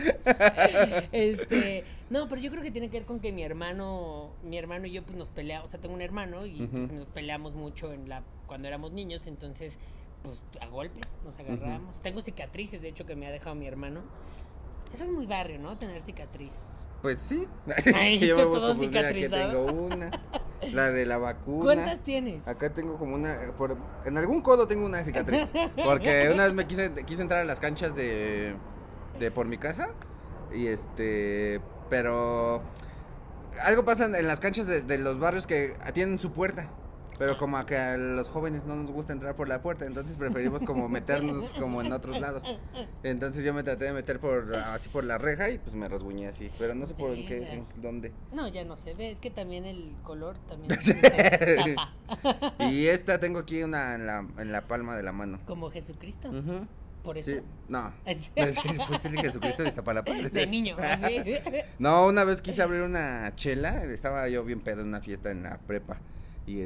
[SPEAKER 3] No, pero yo creo que tiene que ver con que mi hermano y yo pues nos peleamos, o sea, tengo un hermano y pues, nos peleamos mucho cuando éramos niños, entonces pues a golpes nos agarramos. Tengo cicatrices, de hecho, que me ha dejado mi hermano. Eso es muy barrio, ¿no? Tener cicatriz.
[SPEAKER 2] Pues sí.
[SPEAKER 3] Ay, yo me busco, pues, mira, aquí
[SPEAKER 2] tengo una. La de la vacuna.
[SPEAKER 3] ¿Cuántas tienes?
[SPEAKER 2] Acá tengo como una, en algún codo tengo una cicatriz. Porque una vez me quise entrar a las canchas de por mi casa. Y pero algo pasa en las canchas de los barrios que tienen su puerta. Pero como a que a los jóvenes no nos gusta entrar por la puerta, entonces preferimos como meternos como en otros lados. Entonces yo me traté de meter así por la reja y pues me rasguñé así, pero no sé por dónde.
[SPEAKER 3] No, ya no se ve, es que también el color también tapa.
[SPEAKER 2] Y tengo aquí una en la palma de la mano.
[SPEAKER 3] Como Jesucristo. Por eso.
[SPEAKER 2] Sí, no. ¿Fuiste de Jesucristo de Iztapalapa?
[SPEAKER 3] De niño, así.
[SPEAKER 2] No, una vez quise abrir una chela, estaba yo bien pedo en una fiesta en la prepa. Y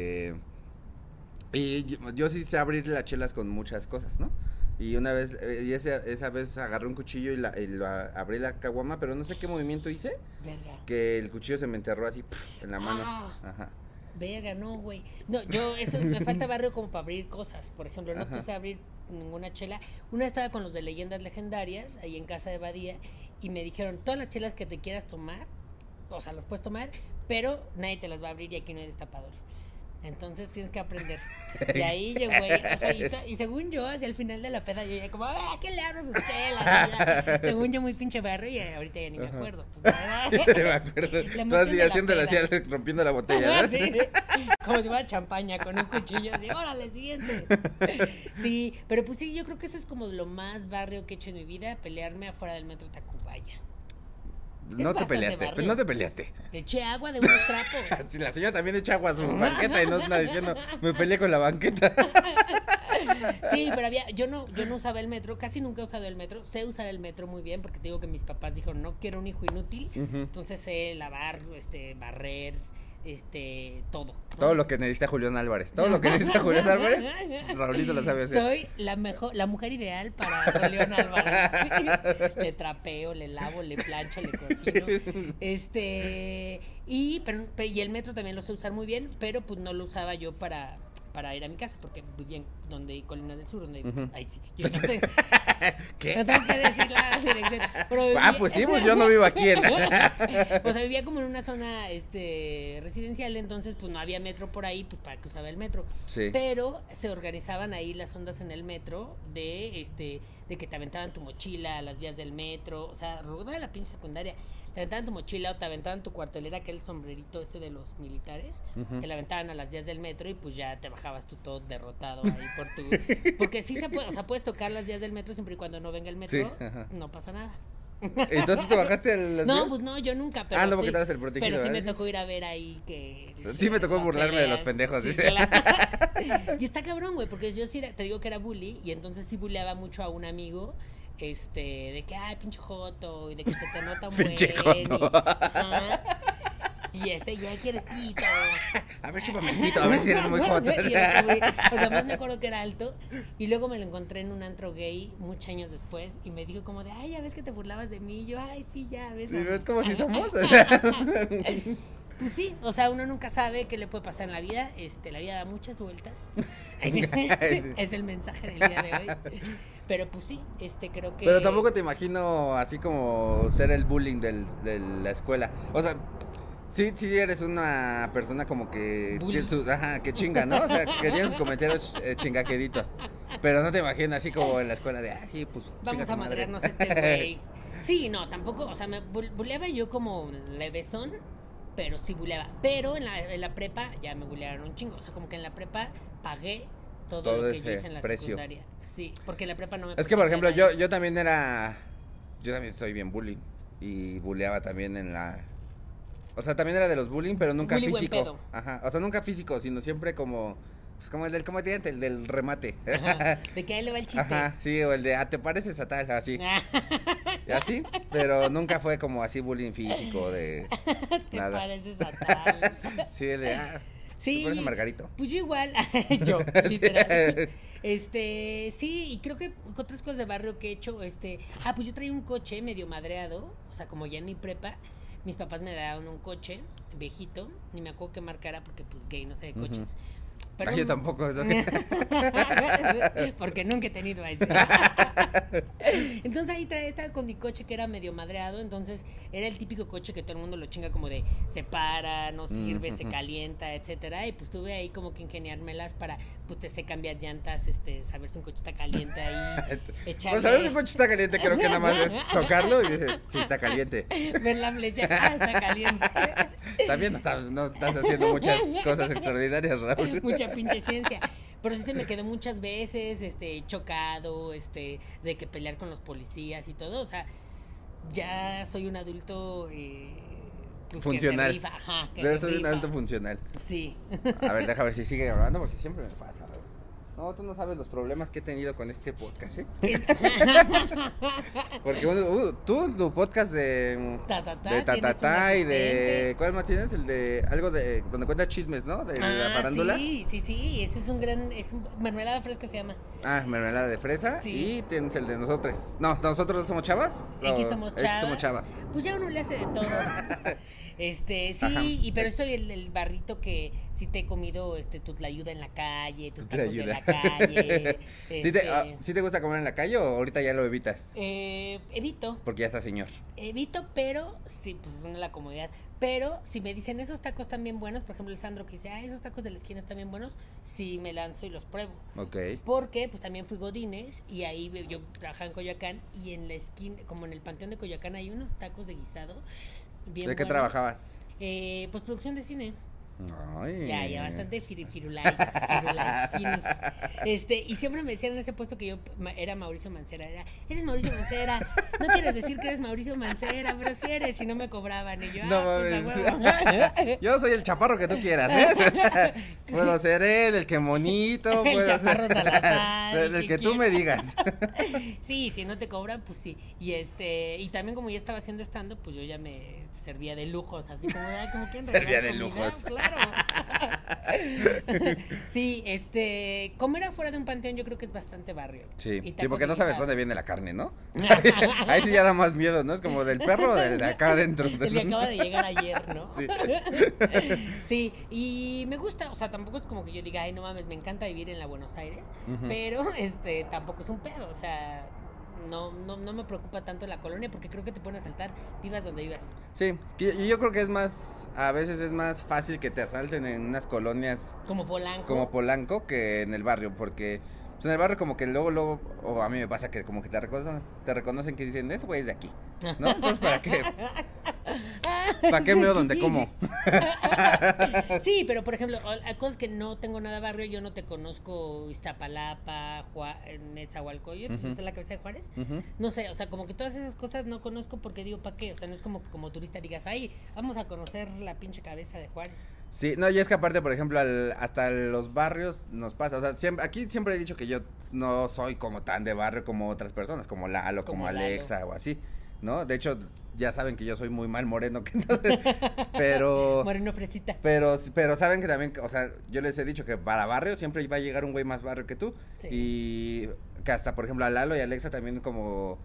[SPEAKER 2] yo sí sé abrir las chelas con muchas cosas, ¿no? Y una vez, esa vez agarré un cuchillo y abrí la caguama, pero no sé qué movimiento hice.
[SPEAKER 3] Verga.
[SPEAKER 2] Que el cuchillo se me enterró así en la mano. Ajá.
[SPEAKER 3] Verga, no, güey. No, me falta barrio como para abrir cosas. Por ejemplo, no te sé abrir ninguna chela. Una estaba con los de Leyendas Legendarias, ahí en casa de Badía, y me dijeron, todas las chelas que te quieras tomar, o sea, las puedes tomar, pero nadie te las va a abrir y aquí no hay destapador. Entonces tienes que aprender. Y ahí llegó, güey, o sea, y según yo, hacia el final de la peda, yo ya como, ¿a quién le abro sus chelas? Según yo, muy pinche barrio, y ahorita ya ni me acuerdo. Pues nada.
[SPEAKER 2] Me acuerdo. Todo así haciéndole así, rompiendo la botella, ¿no?
[SPEAKER 3] Sí, como si fuera champaña con un cuchillo, así, órale, siguiente. Sí, pero pues sí, yo creo que eso es como lo más barrio que he hecho en mi vida, pelearme afuera del metro Tacubaya.
[SPEAKER 2] No te peleaste, pero no te peleaste.
[SPEAKER 3] Eché agua de unos trapos.
[SPEAKER 2] Si la señora también echa agua a su banqueta y no está diciendo, me peleé con la banqueta.
[SPEAKER 3] Sí, pero yo no usaba el metro, casi nunca he usado el metro. Sé usar el metro muy bien porque te digo que mis papás dijeron, no quiero un hijo inútil. Entonces sé lavar, barrer, todo, ¿no?
[SPEAKER 2] Todo lo que necesita Julián Álvarez. Todo lo que necesita Julián Álvarez, Raulito lo sabe hacer.
[SPEAKER 3] Soy la mujer ideal para Julián Álvarez. Le trapeo, le lavo, le plancho, le cocino. Y el metro también lo sé usar muy bien, pero pues no lo usaba yo para ir a mi casa, porque vivía donde Colina del Sur, donde ahí sí. Yo no tengo,
[SPEAKER 2] ¿qué?
[SPEAKER 3] No tengo que decir la dirección.
[SPEAKER 2] Pues sí, pues yo no vivo aquí.
[SPEAKER 3] O sea, vivía como en una zona residencial, entonces pues no había metro por ahí, pues para que usaba el metro.
[SPEAKER 2] Sí.
[SPEAKER 3] Pero se organizaban ahí las ondas en el metro de que te aventaban tu mochila a las vías del metro, o sea, ruda de la pinche secundaria. Te aventaban tu mochila o te aventaban tu cuartelera, que es el sombrerito ese de los militares, te la aventaban a las vías del metro y pues ya te bajabas tú todo derrotado ahí por tu... Porque sí se puede, o sea, puedes tocar las vías del metro siempre y cuando no venga el metro, sí, no pasa nada.
[SPEAKER 2] ¿Entonces te bajaste a las vías?
[SPEAKER 3] No, pues no, yo nunca, pero
[SPEAKER 2] no, porque
[SPEAKER 3] sí,
[SPEAKER 2] tú eres el protegido.
[SPEAKER 3] Pero sí me tocó ir a ver ahí que...
[SPEAKER 2] Sí me tocó burlarme de los pendejos,
[SPEAKER 3] sí,
[SPEAKER 2] dice.
[SPEAKER 3] Claro. Y está cabrón, güey, porque yo sí te digo que era bully y entonces sí bulleaba mucho a un amigo, de que, ay, pinche joto, y de que se te nota un buen.
[SPEAKER 2] Pinche joto.
[SPEAKER 3] Y ya quieres pito.
[SPEAKER 2] A ver, chúpame el pito, a ver si eres muy joto.
[SPEAKER 3] Porque además me acuerdo que era alto. Y luego me lo encontré en un antro gay muchos años después. Y me dijo como de, ay, ya ves que te burlabas de mí. Y yo, ay, sí, ya ves.
[SPEAKER 2] ¿Y ves como si somos?
[SPEAKER 3] Pues sí, o sea, uno nunca sabe qué le puede pasar en la vida. La vida da muchas vueltas. Es el mensaje del día de hoy. Pero pues sí, creo que...
[SPEAKER 2] Pero tampoco te imagino así como ser el bullying de la escuela. O sea, sí eres una persona como que... que chinga, ¿no? O sea, que tiene sus comentarios chingaquedito. Pero no te imagino así como en la escuela de, sí, pues...
[SPEAKER 3] Vamos a madrearnos güey. Sí, no, tampoco, o sea, me buleaba yo como levesón, pero sí buleaba. Pero en la prepa ya me bulearon un chingo. O sea, como que en la prepa pagué todo lo que yo hice en la secundaria. Sí, porque en la prepa no me...
[SPEAKER 2] Es que, por ejemplo, yo también soy bien bullying. Y buleaba también en la... O sea, también era de los bullying, pero nunca
[SPEAKER 3] bully
[SPEAKER 2] físico.
[SPEAKER 3] Buen pedo.
[SPEAKER 2] Ajá, o sea, nunca físico, sino siempre como... Pues como el del comediante, el del remate.
[SPEAKER 3] Ajá, de que ahí le va el chiste.
[SPEAKER 2] Ajá, sí, o el de, te pareces a tal, así. Y así, pero nunca fue como así bullying físico de
[SPEAKER 3] te
[SPEAKER 2] nada.
[SPEAKER 3] pareces a tal.
[SPEAKER 2] Sí, el de,
[SPEAKER 3] sí,
[SPEAKER 2] te pareces a Margarito.
[SPEAKER 3] Pues yo igual, yo, literal. Sí, y creo que otras cosas de barrio que he hecho, pues yo traía un coche medio madreado, o sea, como ya en mi prepa, mis papás me daban un coche viejito, ni me acuerdo qué marca era porque pues gay, no sé de coches. Pero
[SPEAKER 2] yo tampoco.
[SPEAKER 3] Porque nunca he tenido a ese. Entonces ahí estaba con mi coche que era medio madreado. Entonces era el típico coche que todo el mundo lo chinga como de se para, no sirve, se calienta, etcétera. Y pues tuve ahí como que ingeniármelas para pues te sé cambiar llantas, saber si un coche está caliente ahí, echarle...
[SPEAKER 2] Pues saber si un coche está caliente creo que nada más es tocarlo y dices, sí está caliente.
[SPEAKER 3] Ver la flecha, está caliente.
[SPEAKER 2] También no estás haciendo muchas cosas extraordinarias, Raúl.
[SPEAKER 3] Mucha pinche ciencia. Pero sí se me quedó muchas veces, chocado, de que pelear con los policías y todo. O sea, ya soy un adulto pues,
[SPEAKER 2] funcional.
[SPEAKER 3] Que se rifa. Ajá,
[SPEAKER 2] Soy un adulto funcional.
[SPEAKER 3] Sí.
[SPEAKER 2] A ver, déjame ver si sigue grabando porque siempre me pasa. No, tú no sabes los problemas que he tenido con este podcast, ¿eh? Porque tu podcast de Tatatá y de... ¿Cuál más tienes? El de algo de... Donde cuenta chismes, ¿no? De la farándula.
[SPEAKER 3] Sí. Ese es un gran... mermelada fresca se llama.
[SPEAKER 2] Mermelada de fresa.
[SPEAKER 3] Sí.
[SPEAKER 2] Y tienes el de nosotros. No, ¿nosotros somos chavas?
[SPEAKER 3] Aquí somos
[SPEAKER 2] chavas.
[SPEAKER 3] Pues ya uno le hace de todo. Sí,
[SPEAKER 2] Ajá.
[SPEAKER 3] pero soy el barrito que sí te he comido tu tlayuda en la calle, tus tacos de la calle.
[SPEAKER 2] ¿Sí te gusta comer en la calle o ahorita ya lo evitas?
[SPEAKER 3] Evito.
[SPEAKER 2] Porque ya está señor.
[SPEAKER 3] Evito, pero sí, pues es una la comodidad. Pero si me dicen esos tacos están bien buenos, por ejemplo el Sandro que dice, esos tacos de la esquina están bien buenos, sí me lanzo y los pruebo.
[SPEAKER 2] Ok.
[SPEAKER 3] Porque pues también fui godines y ahí yo trabajaba en Coyoacán y en la esquina, como en el Panteón de Coyoacán hay unos tacos de guisado bien
[SPEAKER 2] ¿De qué
[SPEAKER 3] buenos.
[SPEAKER 2] trabajabas?
[SPEAKER 3] Pues producción de cine.
[SPEAKER 2] Ay.
[SPEAKER 3] Ya, bastante firulais, finis. Y siempre me decían en ese puesto que yo era Mauricio Mancera. Eres Mauricio Mancera. No quieres decir que eres Mauricio Mancera, pero sí eres. Y no me cobraban. Y yo,
[SPEAKER 2] no
[SPEAKER 3] mames.
[SPEAKER 2] Yo soy el chaparro que tú quieras, ¿eh? Puedo ser él, el que monito.
[SPEAKER 3] El
[SPEAKER 2] puedo
[SPEAKER 3] chaparro
[SPEAKER 2] ser...
[SPEAKER 3] Salazar.
[SPEAKER 2] El que tú me digas.
[SPEAKER 3] Sí, si no te cobran, pues sí. Y también como ya estaba haciendo stand-up, pues yo ya me servía de lujos, así como que en
[SPEAKER 2] servía de
[SPEAKER 3] comida,
[SPEAKER 2] lujos.
[SPEAKER 3] Claro. Sí, comer afuera de un panteón yo creo que es bastante barrio.
[SPEAKER 2] Sí, porque no sabes dónde viene la carne, ¿no? Ahí sí ya da más miedo, ¿no? Es como del perro o del de acá adentro.
[SPEAKER 3] El que acaba de llegar ayer, ¿no?
[SPEAKER 2] Sí.
[SPEAKER 3] Sí, y me gusta, o sea, tampoco es como que yo diga, ay, no mames, me encanta vivir en la Buenos Aires, pero tampoco es un pedo, o sea, no me preocupa tanto la colonia porque creo que te ponen a asaltar, vivas donde vivas.
[SPEAKER 2] Sí, y yo creo que a veces es más fácil que te asalten en unas colonias
[SPEAKER 3] como Polanco
[SPEAKER 2] que en el barrio, porque pues, en el barrio como que luego, o a mí me pasa que como que te reconocen que dicen, ese güey es de aquí, ¿no? Entonces, ¿para qué? ¿Para qué me veo donde como?
[SPEAKER 3] Sí, pero por ejemplo, hay cosas que no tengo nada barrio, yo no te conozco Iztapalapa, Netzahualcoyotl, es la cabeza de Juárez. No sé, o sea, como que todas esas cosas no conozco porque digo, ¿para qué? O sea, no es como que como turista digas, ay, vamos a conocer la pinche cabeza de Juárez.
[SPEAKER 2] Sí, no, y es que aparte, por ejemplo, hasta los barrios nos pasa, o sea, aquí siempre he dicho que yo no soy como tan de barrio como otras personas, como Lalo, como Alexa o así, ¿no? De hecho, ya saben que yo soy muy mal moreno, que entonces, pero...
[SPEAKER 3] Moreno fresita.
[SPEAKER 2] Pero saben que también, o sea, yo les he dicho que para barrio siempre va a llegar un güey más barrio que tú, sí. Y que hasta, por ejemplo, a Lalo y a Alexa también como...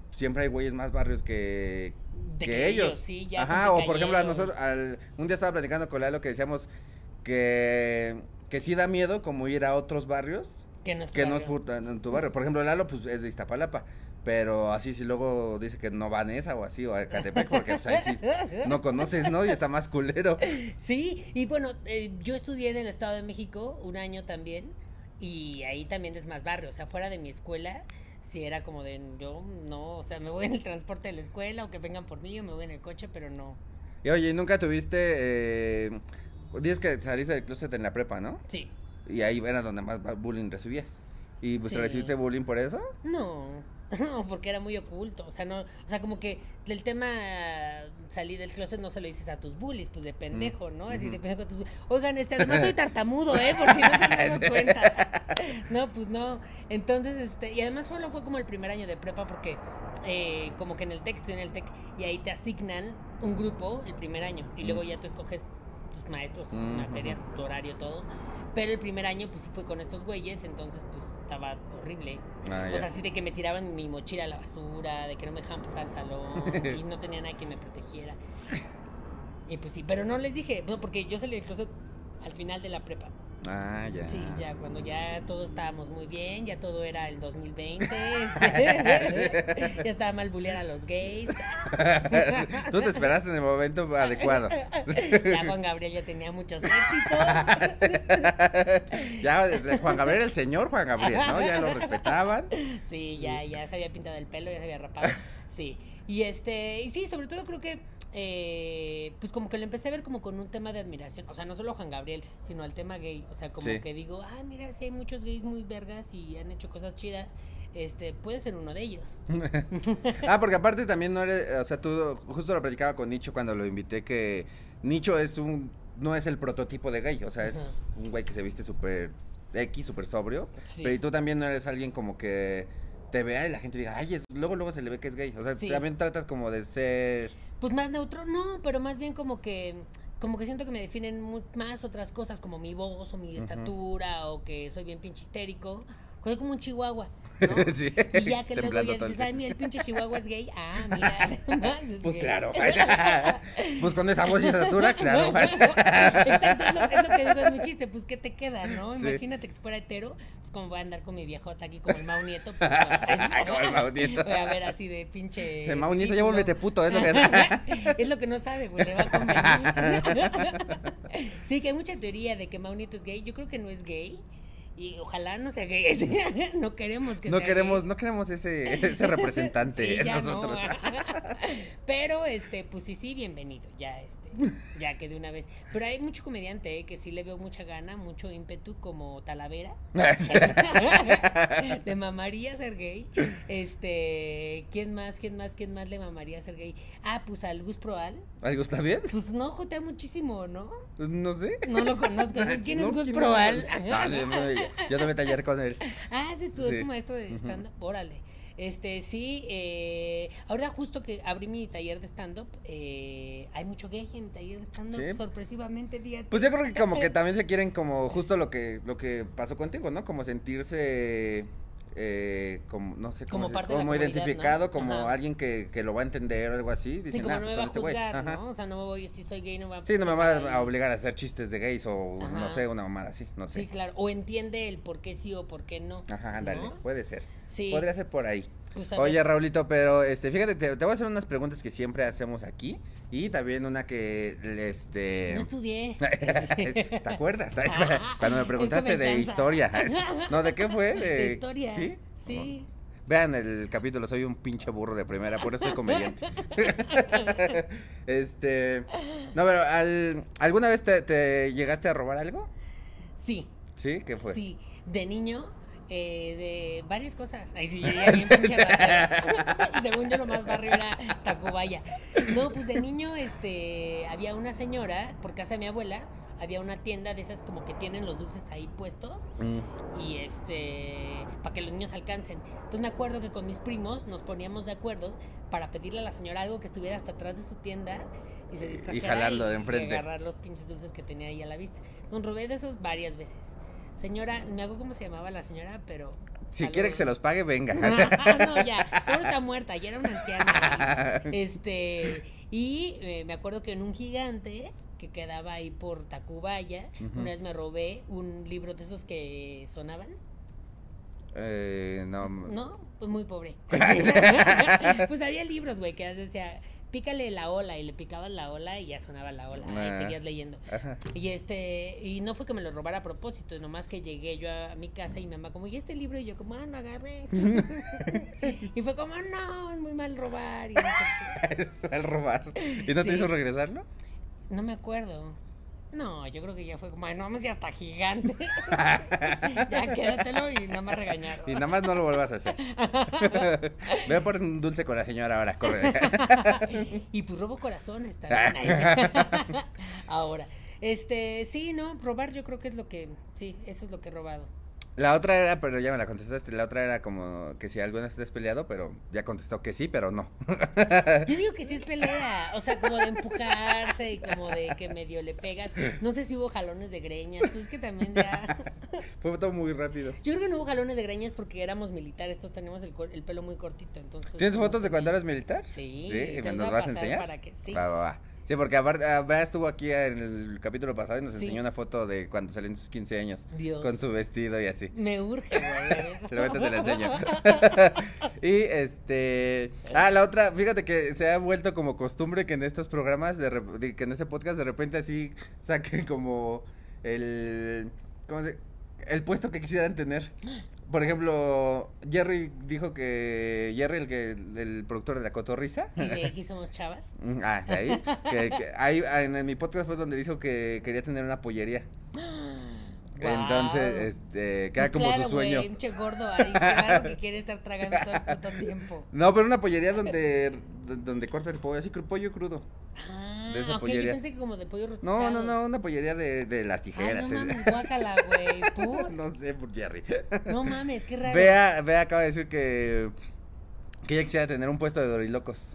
[SPEAKER 2] siempre hay güeyes más barrios que ellos.
[SPEAKER 3] Sí, ya.
[SPEAKER 2] Ajá,
[SPEAKER 3] pues,
[SPEAKER 2] o por ejemplo, a
[SPEAKER 3] cayeron.
[SPEAKER 2] nosotros, un día estaba platicando con Lalo que decíamos que sí da miedo como ir a otros barrios
[SPEAKER 3] Que no es tu
[SPEAKER 2] que no es
[SPEAKER 3] barrio.
[SPEAKER 2] en tu barrio. Por ejemplo, Lalo pues es de Iztapalapa, pero así si luego dice que no van a esa o así, o a Catepec, porque pues ahí sí no conoces, ¿no? Y está más culero.
[SPEAKER 3] Sí, y bueno, yo estudié en el Estado de México un año también, y ahí también es más barrio, o sea, fuera de mi escuela, sí era como de, yo no, o sea, me voy en el transporte de la escuela, o que vengan por mí, o me voy en el coche, pero no.
[SPEAKER 2] Y oye, ¿nunca tuviste, dices que saliste del closet en la prepa, ¿no?
[SPEAKER 3] Sí.
[SPEAKER 2] Y ahí era donde más bullying recibías. ¿Y pues
[SPEAKER 3] Sí.
[SPEAKER 2] recibiste bullying por eso?
[SPEAKER 3] No, no, porque era muy oculto, o sea, no, o sea, como que el tema salir del closet no se lo dices a tus bullies, pues de pendejo, ¿no? Así de pendejo a tus bullies. Oigan, además soy tartamudo, por si no se han dado cuenta. No, pues no. Entonces, y además fue como el primer año de prepa porque como que en el TEC, estoy en el TEC y ahí te asignan un grupo el primer año y luego ya tú escoges tus maestros, tus materias, tu horario, todo. Pero el primer año pues sí fue con estos güeyes, entonces pues estaba horrible.
[SPEAKER 2] Ah,
[SPEAKER 3] O
[SPEAKER 2] ya.
[SPEAKER 3] sea, así de que me tiraban mi mochila a la basura, de que no me dejaban pasar al salón y no tenía nadie que me protegiera. Y pues sí, pero no les dije, no, porque yo salí del closet al final de la prepa.
[SPEAKER 2] Ah, ya.
[SPEAKER 3] Sí, ya cuando ya todos estábamos muy bien, ya todo era el 2020, ya estaba mal bullear a los gays.
[SPEAKER 2] Tú te esperaste en el momento adecuado.
[SPEAKER 3] Ya Juan Gabriel ya tenía muchos éxitos.
[SPEAKER 2] Ya desde Juan Gabriel, el señor Juan Gabriel, ¿no? Ya lo respetaban.
[SPEAKER 3] Sí, ya se había pintado el pelo, ya se había rapado. Sí. Y y sí, sobre todo creo que pues como que lo empecé a ver como con un tema de admiración, o sea, no solo a Juan Gabriel, sino al tema gay, o sea, como
[SPEAKER 2] Sí.
[SPEAKER 3] que digo, mira, sí hay muchos gays muy vergas y han hecho cosas chidas, puede ser uno de ellos.
[SPEAKER 2] Porque aparte también no eres, o sea, tú justo lo platicaba con Nicho cuando lo invité que Nicho no es el prototipo de gay, o sea, es un güey que se viste súper súper sobrio,
[SPEAKER 3] Sí.
[SPEAKER 2] pero y tú también no eres alguien como que te vea y la gente diga, ay, luego se le ve que es gay, o sea,
[SPEAKER 3] Sí.
[SPEAKER 2] también tratas como de ser...
[SPEAKER 3] Pues más neutro, no, pero más bien como que siento que me definen más otras cosas, como mi voz o mi estatura, o que soy bien pinche histérico. Soy como un chihuahua, ¿no?
[SPEAKER 2] Sí,
[SPEAKER 3] Y ya que luego
[SPEAKER 2] temblando
[SPEAKER 3] ya
[SPEAKER 2] todo el
[SPEAKER 3] dices, ay, mira, el pinche chihuahua es gay. Mira, además es
[SPEAKER 2] Pues
[SPEAKER 3] gay.
[SPEAKER 2] claro. Pues con esa voz y esa estatura, claro.
[SPEAKER 3] Exacto, es lo que digo, es mi chiste, pues ¿qué te queda, no?
[SPEAKER 2] Sí.
[SPEAKER 3] Imagínate que si fuera hetero, pues como voy a andar con mi viejota aquí como el Mau Nieto, pues no.
[SPEAKER 2] Como el Mau Nieto.
[SPEAKER 3] Voy a ver así de pinche...
[SPEAKER 2] El Mau Nieto, ya
[SPEAKER 3] ridículo.
[SPEAKER 2] vuélvete puto, es lo que...
[SPEAKER 3] Es lo que no sabe, güey, le va a convenir. Sí, que hay mucha teoría de que Mau Nieto es gay. Yo creo que no es gay. Y ojalá no sea gay. No queremos que sea gay.
[SPEAKER 2] No queremos ese representante
[SPEAKER 3] Sí,
[SPEAKER 2] en
[SPEAKER 3] ya
[SPEAKER 2] nosotros.
[SPEAKER 3] no. Pero, pues sí, bienvenido. Ya que de una vez. Pero hay mucho comediante, que sí le veo mucha gana, mucho ímpetu, como Talavera. Le mamaría ser gay. ¿Quién más le mamaría ser gay? Pues al Gus Proal.
[SPEAKER 2] ¿Algo está bien?
[SPEAKER 3] Pues no, jotea muchísimo, ¿no?
[SPEAKER 2] No sé.
[SPEAKER 3] No lo conozco. ¿Quién es
[SPEAKER 2] No,
[SPEAKER 3] Gus
[SPEAKER 2] ¿quién
[SPEAKER 3] Proal?
[SPEAKER 2] es? Yo también taller con él.
[SPEAKER 3] Es tu maestro de stand-up. Órale. Sí, ahora justo que abrí mi taller de stand-up, hay mucho gay en mi taller de stand-up,
[SPEAKER 2] Sí.
[SPEAKER 3] sorpresivamente, fíjate.
[SPEAKER 2] Pues yo creo que como que también se quieren como justo lo que pasó contigo, ¿no? Como sentirse como no sé
[SPEAKER 3] Como
[SPEAKER 2] cómo
[SPEAKER 3] parte de la
[SPEAKER 2] como
[SPEAKER 3] comunidad,
[SPEAKER 2] identificado,
[SPEAKER 3] ¿no?
[SPEAKER 2] como
[SPEAKER 3] Ajá.
[SPEAKER 2] alguien que lo va a entender o algo así.
[SPEAKER 3] Sí,
[SPEAKER 2] Dicen,
[SPEAKER 3] como no
[SPEAKER 2] pues
[SPEAKER 3] me va a
[SPEAKER 2] con este güey.
[SPEAKER 3] juzgar,
[SPEAKER 2] Ajá.
[SPEAKER 3] ¿no? O sea, no me voy, si soy gay, no me va a
[SPEAKER 2] Sí, no me
[SPEAKER 3] ahí.
[SPEAKER 2] va a obligar a hacer chistes de gays o
[SPEAKER 3] Ajá.
[SPEAKER 2] no sé, una mamada así, no sé.
[SPEAKER 3] Sí, claro. O entiende el por qué sí o por qué no.
[SPEAKER 2] Ajá, ándale,
[SPEAKER 3] ¿no?
[SPEAKER 2] puede ser.
[SPEAKER 3] Sí.
[SPEAKER 2] Podría ser por ahí.
[SPEAKER 3] Pues, a
[SPEAKER 2] Oye,
[SPEAKER 3] ver.
[SPEAKER 2] Raulito, pero fíjate, te voy a hacer unas preguntas que siempre hacemos aquí y también una que
[SPEAKER 3] No estudié.
[SPEAKER 2] ¿Te acuerdas? Cuando me
[SPEAKER 3] Es
[SPEAKER 2] preguntaste
[SPEAKER 3] que me
[SPEAKER 2] de
[SPEAKER 3] encanta.
[SPEAKER 2] historia. No, ¿de qué fue?
[SPEAKER 3] De historia.
[SPEAKER 2] ¿Sí?
[SPEAKER 3] Sí.
[SPEAKER 2] Vean el capítulo, soy un pinche burro de primera, por eso soy comediante. No, pero ¿alguna vez te llegaste a robar algo?
[SPEAKER 3] Sí.
[SPEAKER 2] ¿Sí? ¿Qué fue?
[SPEAKER 3] Sí, de niño, de varias cosas. Ay, sí, ya bien pinche ratera. Según yo, lo más barrio era Tacubaya. No, pues de niño, había una señora, por casa de mi abuela, había una tienda de esas como que tienen los dulces ahí puestos y para que los niños alcancen. Entonces me acuerdo que con mis primos nos poníamos de acuerdo para pedirle a la señora algo que estuviera hasta atrás de su tienda y se distrajera
[SPEAKER 2] Y jalarlo de enfrente.
[SPEAKER 3] y agarrar los pinches dulces que tenía ahí a la vista. Nos robé de esos varias veces. Señora, me hago cómo se llamaba la señora, pero
[SPEAKER 2] Si quiere que se los pague, venga.
[SPEAKER 3] No, ya, ahora está muerta, ya era una anciana. Y me acuerdo que en un gigante que quedaba ahí por Tacubaya, una vez me robé un libro de esos que sonaban.
[SPEAKER 2] No.
[SPEAKER 3] No, pues muy pobre. Pues había libros, güey, que decía, pícale la ola, y le picabas la ola y ya sonaba la ola, y seguías leyendo. Ajá. Y no fue que me lo robara a propósito, nomás que llegué yo a mi casa y mi mamá como, ¿y este libro? Y yo como, no agarré. Y fue como, no, es muy mal robar. Y no sé qué.
[SPEAKER 2] Mal robar. ¿Y no te hizo regresarlo?
[SPEAKER 3] No me acuerdo. No, yo creo que ya fue como, no vamos ya hasta gigante. Ya quédatelo y nada más regañar.
[SPEAKER 2] Y nada más no lo vuelvas a hacer. Voy a poner un dulce con la señora ahora, corre.
[SPEAKER 3] Y pues robo corazones también. Ahora, sí, no, robar yo creo que es lo que, sí, eso es lo que he robado.
[SPEAKER 2] La otra era, pero ya me la contestaste, la otra era como que si alguna vez estés peleado, pero ya contestó que sí, pero no.
[SPEAKER 3] Yo digo que sí es pelea, o sea, como de empujarse y como de que medio le pegas. No sé si hubo jalones de greñas, pues es que también ya...
[SPEAKER 2] Fue todo muy rápido.
[SPEAKER 3] Yo creo que no hubo jalones de greñas porque éramos militares, todos teníamos el pelo muy cortito, entonces...
[SPEAKER 2] ¿Tienes fotos de cuando eras militar?
[SPEAKER 3] Sí.
[SPEAKER 2] ¿Sí? ¿Me nos vas a enseñar?
[SPEAKER 3] Para que, sí.
[SPEAKER 2] Va. Sí, porque aparte, estuvo aquí en el capítulo pasado y nos enseñó una foto de cuando salió en sus 15 años.
[SPEAKER 3] Dios.
[SPEAKER 2] Con su vestido y así.
[SPEAKER 3] Me urge, güey.
[SPEAKER 2] Luego te la enseño. Y la otra, fíjate que se ha vuelto como costumbre que en estos programas, que en este podcast de repente así saquen como el puesto que quisieran tener. Por ejemplo, Jerry dijo que... Jerry, el productor de La Cotorrisa.
[SPEAKER 3] ¿Y de aquí somos chavas?
[SPEAKER 2] De ahí. Ahí en mi podcast fue donde dijo que quería tener una pollería. Wow. Entonces, que era pues como claro, su sueño.
[SPEAKER 3] Un che gordo ahí, claro que quiere estar tragando todo el puto tiempo.
[SPEAKER 2] No, pero una pollería donde corta el pollo, así pollo crudo.
[SPEAKER 3] De esa pollería. Yo pensé que como de pollo rostizado.
[SPEAKER 2] No, una pollería de las tijeras.
[SPEAKER 3] Ay, no mames, guácala, güey, ¿por?
[SPEAKER 2] No sé, por Jerry.
[SPEAKER 3] No mames, qué raro.
[SPEAKER 2] Bea acaba de decir que ella quisiera tener un puesto de dorilocos.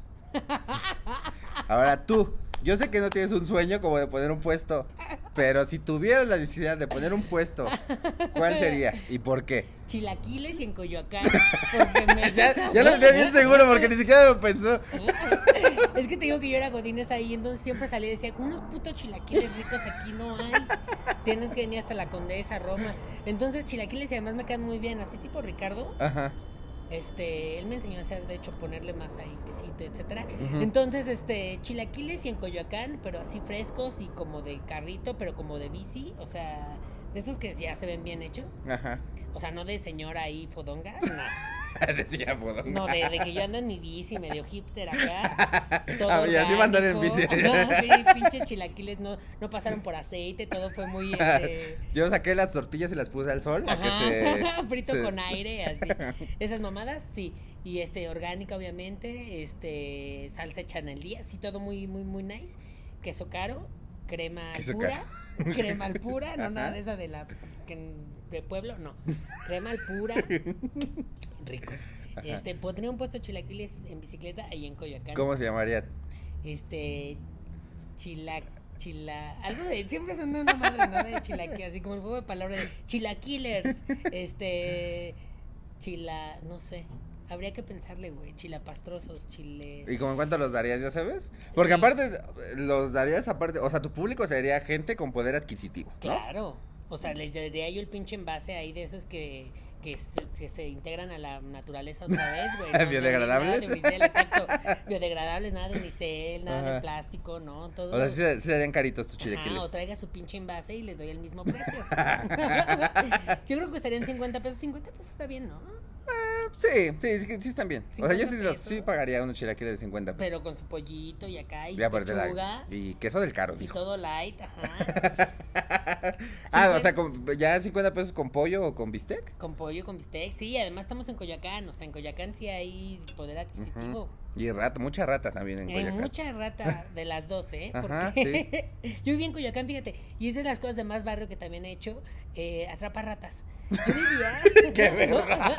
[SPEAKER 2] Ahora tú, yo sé que no tienes un sueño como de poner un puesto, pero si tuvieras la necesidad de poner un puesto, ¿cuál sería y por qué?
[SPEAKER 3] Chilaquiles y en Coyoacán, porque
[SPEAKER 2] ya lo tenía bien seguro porque ni siquiera lo pensó.
[SPEAKER 3] Es que te digo que yo era godines ahí, entonces siempre salía y decía, unos putos chilaquiles ricos aquí no hay. Tienes que venir hasta la Condesa, Roma. Entonces chilaquiles y además me quedan muy bien, así tipo Ricardo.
[SPEAKER 2] Ajá.
[SPEAKER 3] Él me enseñó a hacer, de hecho, ponerle más ahí, quesito, etcétera. Entonces, chilaquiles y en Coyoacán, pero así frescos y como de carrito, pero como de bici, o sea, de esos que ya se ven bien hechos. Ajá. O sea, no de señora ahí fodonga, no.
[SPEAKER 2] De señora fodonga.
[SPEAKER 3] No, de que yo ando en mi bici, medio hipster acá. Todo
[SPEAKER 2] y así va a andar en bici.
[SPEAKER 3] Sí, pinches chilaquiles no pasaron por aceite, todo fue muy...
[SPEAKER 2] Yo saqué las tortillas y las puse al sol.
[SPEAKER 3] Ajá, a que frito con aire, así. Esas mamadas, sí. Y orgánica, obviamente, salsa hecha en el día, sí, todo muy, muy, muy nice. Queso caro, crema al pura. Crema al pura, no nada de esa de pueblo, no. Crema al pura, ricos. Pondría un puesto de chilaquiles en bicicleta ahí en Coyoacán.
[SPEAKER 2] ¿Cómo se llamaría?
[SPEAKER 3] Algo de, siempre son de una madre, ¿no? De chilaquiles, así como el juego de palabras de chilaquilers, no sé. Habría que pensarle, güey, chilapastrosos, chile...
[SPEAKER 2] ¿Y como en cuánto los darías, ya sabes? Porque sí. Aparte, los darías aparte, o sea, tu público sería gente con poder adquisitivo, ¿no?
[SPEAKER 3] Claro, o sea, les daría yo el pinche envase ahí de esos que se integran a la naturaleza otra vez, güey. ¿No?
[SPEAKER 2] ¿Biodegradables?
[SPEAKER 3] Nada de unicel, exacto. Biodegradables, nada de unicel, nada de plástico, ¿no? Todo.
[SPEAKER 2] O sea, sí serían caritos tus chilaquiles.
[SPEAKER 3] O traiga su pinche envase y les doy el mismo precio. Yo creo que estarían 50 pesos. 50 pesos está bien, ¿no?
[SPEAKER 2] Sí están bien. O sea, yo sí pagaría unos chilaquiles de 50 pesos.
[SPEAKER 3] Pero con su pollito y acá, y
[SPEAKER 2] pechuga. Y queso del caro,
[SPEAKER 3] y
[SPEAKER 2] dijo.
[SPEAKER 3] todo light,
[SPEAKER 2] O sea, ¿ya 50 pesos con pollo o con bistec?
[SPEAKER 3] Con pollo, con bistec, sí. Además estamos en Coyoacán, o sea, en Coyoacán sí hay poder adquisitivo.
[SPEAKER 2] Y mucha rata también en Coyoacán.
[SPEAKER 3] Mucha rata de las dos, porque yo viví en Coyoacán, fíjate, y es de las cosas de más barrio que también he hecho, atrapar ratas. Yo vivía...
[SPEAKER 2] ¡Qué verga!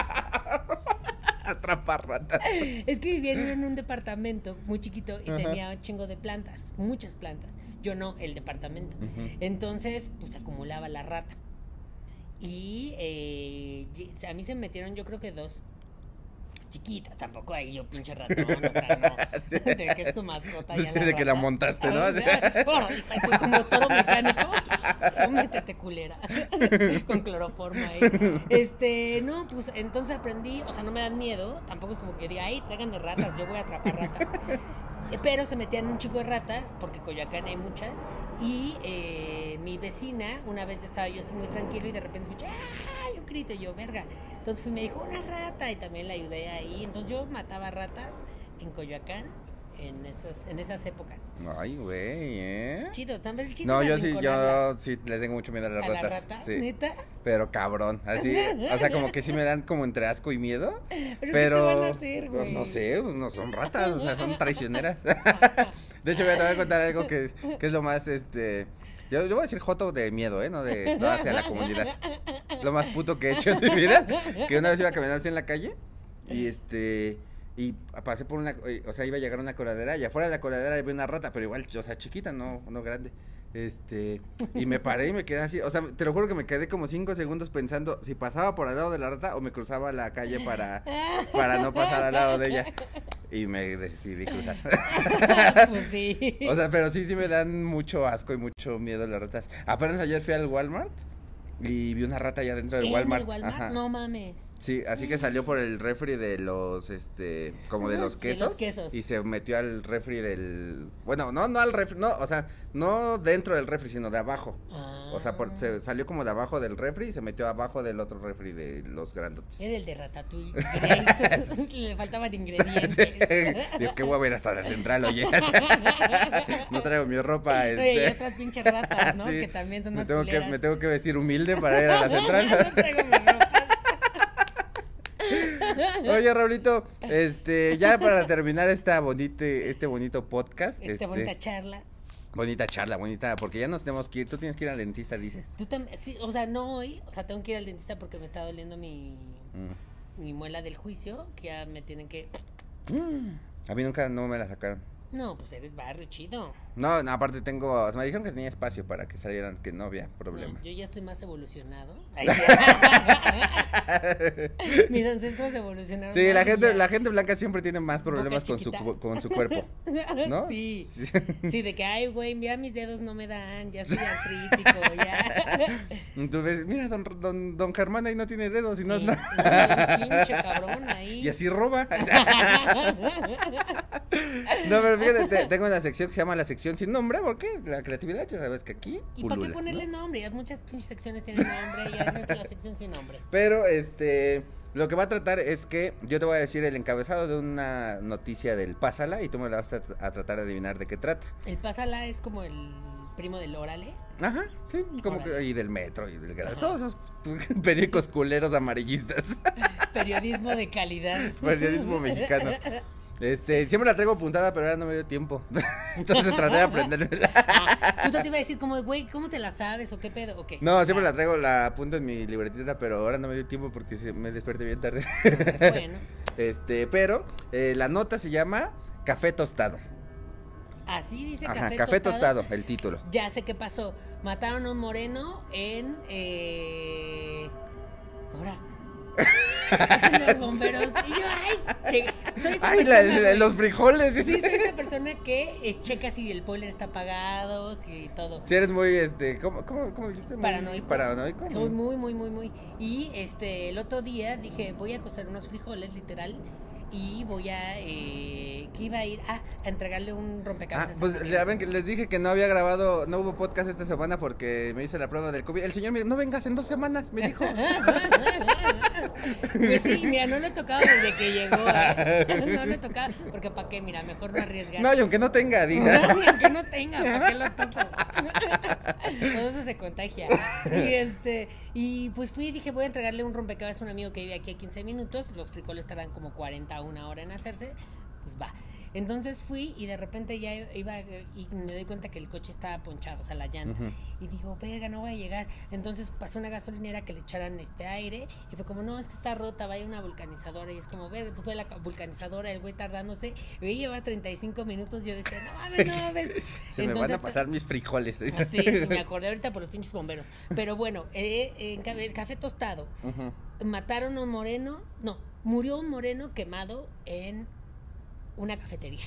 [SPEAKER 2] Atrapar ratas.
[SPEAKER 3] Es que vivía en un departamento muy chiquito y tenía un chingo de plantas, muchas plantas. Yo no, el departamento. Entonces, pues acumulaba la rata. Y a mí se me metieron yo creo que 2 chiquitas, tampoco ahí yo pinche ratón, o sea, no,
[SPEAKER 2] Sí.
[SPEAKER 3] de que es tu mascota ya
[SPEAKER 2] De que la montaste, ¿no? Así.
[SPEAKER 3] Como todo mecánico, métete culera, con cloroformo ahí. No, pues entonces aprendí, o sea, no me dan miedo, tampoco es como que diga, ay, traigan de ratas, yo voy a atrapar ratas. Pero se metían un chico de ratas, porque Coyoacán hay muchas, y mi vecina, una vez estaba yo así muy tranquilo y de repente escuché, ¡ay! Un grito, y yo, verga. Entonces fui y me dijo, una rata, y también la ayudé ahí. Entonces yo mataba ratas en Coyoacán en esas épocas.
[SPEAKER 2] Ay, güey,
[SPEAKER 3] Chido, también el chiste
[SPEAKER 2] No,
[SPEAKER 3] es
[SPEAKER 2] yo
[SPEAKER 3] arrinconarlas.
[SPEAKER 2] sí le tengo mucho miedo a las
[SPEAKER 3] ¿A la
[SPEAKER 2] ratas.
[SPEAKER 3] rata?
[SPEAKER 2] Sí.
[SPEAKER 3] ¿Neta?
[SPEAKER 2] Pero cabrón, así, o sea, como que sí me dan como entre asco y miedo.
[SPEAKER 3] ¿Pero
[SPEAKER 2] Pero
[SPEAKER 3] qué te van a hacer,
[SPEAKER 2] pues,
[SPEAKER 3] güey?
[SPEAKER 2] no sé, pues no son ratas, o sea, son traicioneras. De hecho, te voy a contar algo que es lo más, yo voy a decir joto de miedo, no hacia la comunidad. Lo más puto que he hecho en mi vida, que una vez iba caminando así en la calle y pasé por o sea, iba a llegar a una coladera y afuera de la coladera había una rata, pero igual, o sea, chiquita, no grande. Y me paré y me quedé así, o sea, te lo juro que me quedé como 5 segundos pensando si pasaba por al lado de la rata o me cruzaba la calle para no pasar al lado de ella. Y me decidí cruzar.
[SPEAKER 3] Pues sí.
[SPEAKER 2] O sea, pero sí me dan mucho asco y mucho miedo las ratas. Apenas ayer fui al Walmart y vi una rata allá dentro del Walmart.
[SPEAKER 3] ¿En el Walmart?
[SPEAKER 2] Ajá.
[SPEAKER 3] No mames.
[SPEAKER 2] Sí, así que salió por el refri de los, como de los quesos.
[SPEAKER 3] De los quesos.
[SPEAKER 2] Y se metió al refri bueno, no al refri, no, o sea, no dentro del refri, sino de abajo. O sea, se salió como de abajo del refri y se metió abajo del otro refri de los grandotes.
[SPEAKER 3] Era el de Ratatouille. Le faltaban ingredientes.
[SPEAKER 2] Digo, qué voy a ver hasta la central, oye. No traigo mi ropa,
[SPEAKER 3] Oye, y otras pinches ratas, ¿no?
[SPEAKER 2] Sí,
[SPEAKER 3] Que también son
[SPEAKER 2] me
[SPEAKER 3] más
[SPEAKER 2] tengo
[SPEAKER 3] culeras.
[SPEAKER 2] me tengo que vestir humilde para ir a la central.
[SPEAKER 3] No traigo mi ropa.
[SPEAKER 2] Oye, Raulito, ya para terminar este bonito podcast,
[SPEAKER 3] Bonita charla.
[SPEAKER 2] bonita charla, porque ya nos tenemos que ir, tú tienes que ir al dentista, dices.
[SPEAKER 3] Tú también, sí, o sea, no hoy, o sea, tengo que ir al dentista porque me está doliendo mi muela del juicio, que ya me tienen que...
[SPEAKER 2] A mí nunca no me la sacaron.
[SPEAKER 3] No, pues eres barrio chido.
[SPEAKER 2] No, aparte me dijeron que tenía espacio para que salieran, que no había problema.
[SPEAKER 3] No, yo ya estoy más evolucionado. Ay, mis ancestros evolucionaron.
[SPEAKER 2] Sí,
[SPEAKER 3] más y ya.
[SPEAKER 2] la gente blanca siempre tiene más problemas con
[SPEAKER 3] chiquita.
[SPEAKER 2] con su cuerpo, ¿no?
[SPEAKER 3] Sí. Sí, de que, ay, güey, ya mis dedos no me dan, ya estoy artrítico, ya.
[SPEAKER 2] Entonces, mira, don Germán ahí no tiene dedos y no,
[SPEAKER 3] Sí,
[SPEAKER 2] no.
[SPEAKER 3] no, pinche cabrón ahí.
[SPEAKER 2] Y así roba. No, pero fíjate, tengo una sección que se llama la sección sin nombre, porque la creatividad, ya sabes que aquí
[SPEAKER 3] ¿Y para qué
[SPEAKER 2] pulula,
[SPEAKER 3] ponerle
[SPEAKER 2] ¿no?
[SPEAKER 3] nombre? Muchas pinches secciones tienen nombre y hay la sección sin nombre.
[SPEAKER 2] Pero, lo que va a tratar es que yo te voy a decir el encabezado de una noticia del Pásala y tú me la vas a tratar de adivinar de qué trata.
[SPEAKER 3] El Pásala es como el primo del Órale.
[SPEAKER 2] Ajá, sí, como
[SPEAKER 3] Órale.
[SPEAKER 2] que, y del metro y del
[SPEAKER 3] Ajá.
[SPEAKER 2] todos esos periódicos culeros amarillistas.
[SPEAKER 3] Periodismo de calidad.
[SPEAKER 2] Periodismo mexicano. Siempre la traigo apuntada, pero ahora no me dio tiempo. Entonces traté de aprendérmela.
[SPEAKER 3] Justo te iba a decir como, güey, ¿cómo te la sabes o qué pedo? ¿O qué?
[SPEAKER 2] No, siempre la apunto en mi libretita, pero ahora no me dio tiempo porque me desperté bien tarde.
[SPEAKER 3] Bueno,
[SPEAKER 2] Pero la nota se llama Café Tostado.
[SPEAKER 3] así dice
[SPEAKER 2] Ajá,
[SPEAKER 3] Café
[SPEAKER 2] Café
[SPEAKER 3] Tostado.
[SPEAKER 2] Tostado, el título.
[SPEAKER 3] Ya sé qué pasó. Mataron a un moreno en... Ahora... Hacen los bomberos. Y yo, soy esa
[SPEAKER 2] Ay,
[SPEAKER 3] persona, güey.
[SPEAKER 2] los frijoles.
[SPEAKER 3] Sí, soy esa persona que checa si el boiler está apagado, si todo.
[SPEAKER 2] Si eres muy, ¿cómo dijiste? Muy
[SPEAKER 3] Paranoico.
[SPEAKER 2] Paranoico.
[SPEAKER 3] Soy muy. Y el otro día dije, voy a cocer unos frijoles, literal, y voy a, ¿qué iba a ir? A entregarle un rompecabezas.
[SPEAKER 2] Pues ya ven que les dije que no hubo podcast esta semana porque me hice la prueba del COVID. El señor me dijo, no vengas en 2 semanas, me dijo.
[SPEAKER 3] Pues sí, mira, no lo he tocado desde que llegó. No lo he tocado, porque ¿para qué? Mira, mejor no arriesgar.
[SPEAKER 2] No, y aunque no tenga, diga.
[SPEAKER 3] No, ni aunque no tenga, ¿para qué lo toco? Todo eso se contagia. Y pues fui y dije, voy a entregarle un rompecabezas a un amigo que vive aquí a 15 minutos. Los frijoles tardan como 40 o 1 hora en hacerse. Pues va. Entonces fui y de repente ya iba y me doy cuenta que el coche estaba ponchado, o sea, la llanta. Y digo, verga, no voy a llegar. Entonces pasé una gasolinera que le echaran aire y fue como, no, es que está rota, vaya una vulcanizadora. Y es como, verga, tú fue la vulcanizadora, el güey tardándose. Y lleva 35 minutos. Yo decía, no mames, no mames.
[SPEAKER 2] Se me van a pasar mis frijoles.
[SPEAKER 3] Sí, me acordé ahorita por los pinches bomberos. Pero bueno, el café tostado. Mataron a un moreno, no, murió un moreno quemado en una cafetería.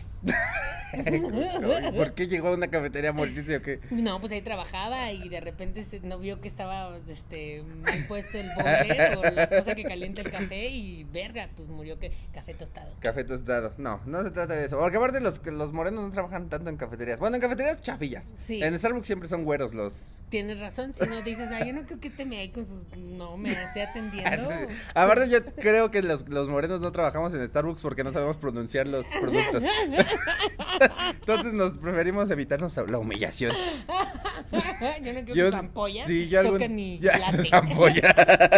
[SPEAKER 2] ¿Por qué llegó a una cafetería a morirse o qué?
[SPEAKER 3] No, pues ahí trabajaba y de repente no vio que estaba mal puesto el boiler o la cosa que calienta el café y verga, pues murió café tostado.
[SPEAKER 2] Café tostado. No se trata de eso. Porque aparte los morenos no trabajan tanto en cafeterías. Bueno, en cafeterías chafillas.
[SPEAKER 3] Sí.
[SPEAKER 2] En Starbucks siempre son güeros los...
[SPEAKER 3] Tienes razón, si no dices, yo no creo que me ahí con sus... No, me esté atendiendo.
[SPEAKER 2] Aparte yo creo que los morenos no trabajamos en Starbucks porque no sabemos pronunciar los productos. Entonces nos preferimos evitarnos la humillación.
[SPEAKER 3] Yo no creo que ampollas
[SPEAKER 2] toquen
[SPEAKER 3] mi
[SPEAKER 2] latte. Ampollas.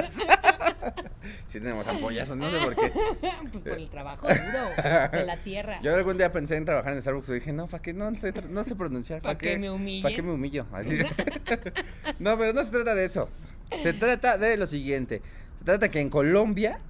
[SPEAKER 2] Sí tenemos ampollas, pues no sé por qué.
[SPEAKER 3] Pues por el trabajo duro de la tierra.
[SPEAKER 2] Yo algún día pensé en trabajar en Starbucks y dije, no, ¿para qué? No sé pronunciar.
[SPEAKER 3] ¿Para qué me humillo?
[SPEAKER 2] ¿Para qué me humillo? Así. No, pero no se trata de eso. Se trata de lo siguiente. Se trata que en Colombia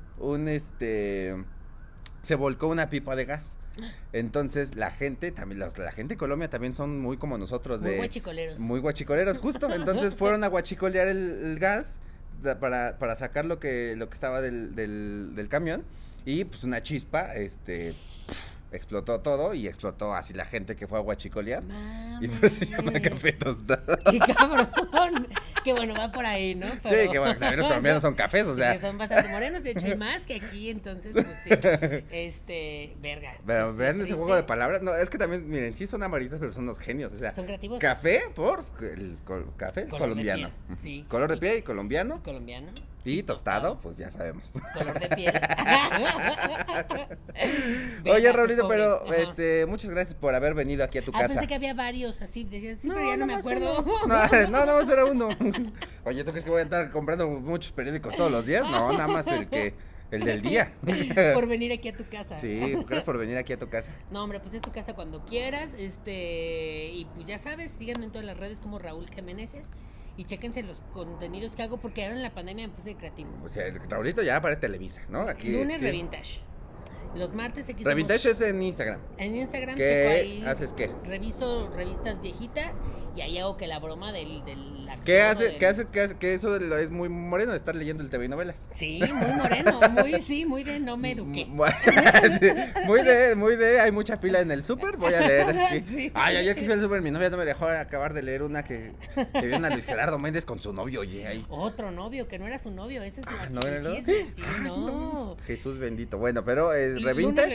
[SPEAKER 2] se volcó una pipa de gas. Entonces la gente de Colombia también son muy como nosotros,
[SPEAKER 3] muy guachicoleros.
[SPEAKER 2] Muy guachicoleros, justo. Entonces fueron a guachicolear el gas para sacar lo que estaba del camión. Y pues una chispa, explotó todo y explotó así la gente que fue a guachicolear. Y pues se llama café tostado.
[SPEAKER 3] ¡Qué cabrón! Que bueno, va por ahí, ¿no?
[SPEAKER 2] Pero... Sí, que bueno, también los colombianos son cafés, o sea.
[SPEAKER 3] Que son bastante morenos, de hecho hay más que aquí, entonces, pues sí. Verga.
[SPEAKER 2] Pero vean ese juego de palabras. No, es que también, miren, sí son amarillistas, pero son unos genios, o sea.
[SPEAKER 3] Son creativos.
[SPEAKER 2] Café café colombiano.
[SPEAKER 3] Sí.
[SPEAKER 2] Color de piel y colombiano.
[SPEAKER 3] Colombiano.
[SPEAKER 2] Y tostado, pues ya sabemos.
[SPEAKER 3] Color de piel.
[SPEAKER 2] Oye, Raulito, pero muchas gracias por haber venido aquí a tu casa.
[SPEAKER 3] Pensé que había varios así, decías, sí, pero ya no me acuerdo.
[SPEAKER 2] No, nada más era uno. Oye, ¿tú crees que voy a estar comprando muchos periódicos todos los días? No, nada más el del día.
[SPEAKER 3] Por venir aquí a tu casa.
[SPEAKER 2] Sí, gracias por venir aquí a tu casa.
[SPEAKER 3] No, hombre, pues es tu casa cuando quieras, y pues ya sabes, síganme en todas las redes como Raúl Jiménez. Y chéquense los contenidos que hago porque ahora en la pandemia me puse creativo.
[SPEAKER 2] O sea, Raulito ya para Televisa, ¿no? Aquí.
[SPEAKER 3] Lunes Revintage. Los martes aquí
[SPEAKER 2] Revintage es en Instagram.
[SPEAKER 3] En Instagram
[SPEAKER 2] ¿Qué
[SPEAKER 3] checo ahí.
[SPEAKER 2] haces qué?
[SPEAKER 3] Reviso revistas viejitas y ahí hago que la broma del
[SPEAKER 2] ¿Qué hace? Que eso es muy moreno de estar leyendo el TV y novelas.
[SPEAKER 3] Sí, muy moreno, muy de no me eduqué.
[SPEAKER 2] Sí, muy de hay mucha fila en el súper, voy a leer aquí. Sí. Ay, ayer que fui al súper mi novia no me dejó acabar de leer una que viene a Luis Gerardo Méndez con su novio, oye, ahí.
[SPEAKER 3] Otro novio, que no era su novio, ese es
[SPEAKER 2] ¿no era
[SPEAKER 3] chisme, sí, no.
[SPEAKER 2] Jesús bendito. Bueno, pero
[SPEAKER 3] Revintage.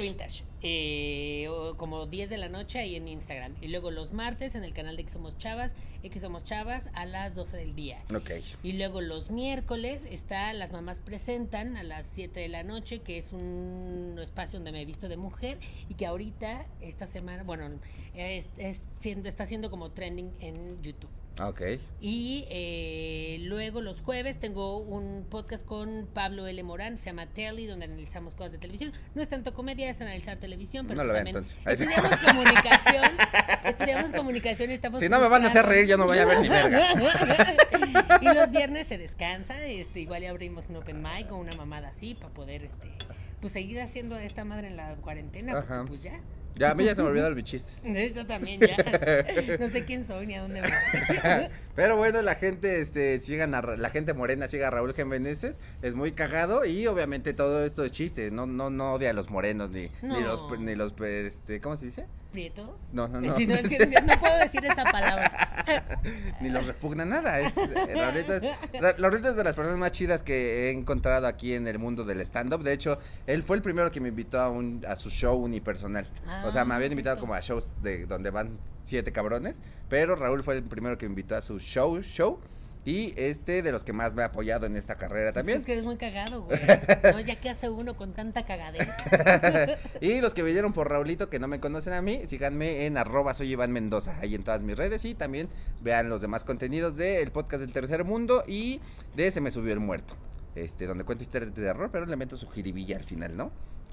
[SPEAKER 3] Como 10 de la noche ahí en Instagram. Y luego los martes en el canal de X Somos Chavas a las 12 del día.
[SPEAKER 2] Ok.
[SPEAKER 3] Y luego los miércoles Las Mamás Presentan a las 7 de la noche, que es un espacio donde me he visto de mujer y que ahorita, esta semana, bueno, está siendo como trending en YouTube.
[SPEAKER 2] Ok.
[SPEAKER 3] Y luego los jueves tengo un podcast con Pablo L. Morán, se llama Telly, donde analizamos cosas de televisión. No es tanto comedia, es analizar televisión, pero
[SPEAKER 2] no lo
[SPEAKER 3] también
[SPEAKER 2] entonces.
[SPEAKER 3] estudiamos comunicación y estamos...
[SPEAKER 2] Si no me van a hacer reír, yo no voy a ver ni verga.
[SPEAKER 3] Y los viernes se descansa, igual ya abrimos un open mic o una mamada así para poder, pues seguir haciendo esta madre en la cuarentena, porque pues ya.
[SPEAKER 2] Ya, a mí ya se me olvidaron mis chistes.
[SPEAKER 3] Yo también, ya. No sé quién soy ni a dónde voy.
[SPEAKER 2] Pero bueno, la gente, la gente morena siga a Raúl Jiménez, es muy cagado y obviamente todo esto es chiste, no odia a los morenos ni los ¿cómo se dice?
[SPEAKER 3] ¿Prietos?
[SPEAKER 2] No.
[SPEAKER 3] Si no, no puedo decir esa palabra.
[SPEAKER 2] Ni los repugna nada, Raulito es de las personas más chidas que he encontrado aquí en el mundo del stand-up. De hecho, él fue el primero que me invitó a su show unipersonal. O sea, me habían invitado como a shows donde van 7 cabrones, pero Raúl fue el primero que me invitó a su show. Y de los que más me ha apoyado en esta carrera también.
[SPEAKER 3] Es que eres muy cagado, güey. No, ya que hace uno con tanta cagadez.
[SPEAKER 2] Y los que vinieron por Raulito, que no me conocen a mí, síganme en @soy Iván Mendoza, ahí en todas mis redes. Y también vean los demás contenidos del podcast del Tercer Mundo y de Se Me Subió el Muerto. Donde cuento historias de terror, pero le meto su jiribilla al final, ¿no?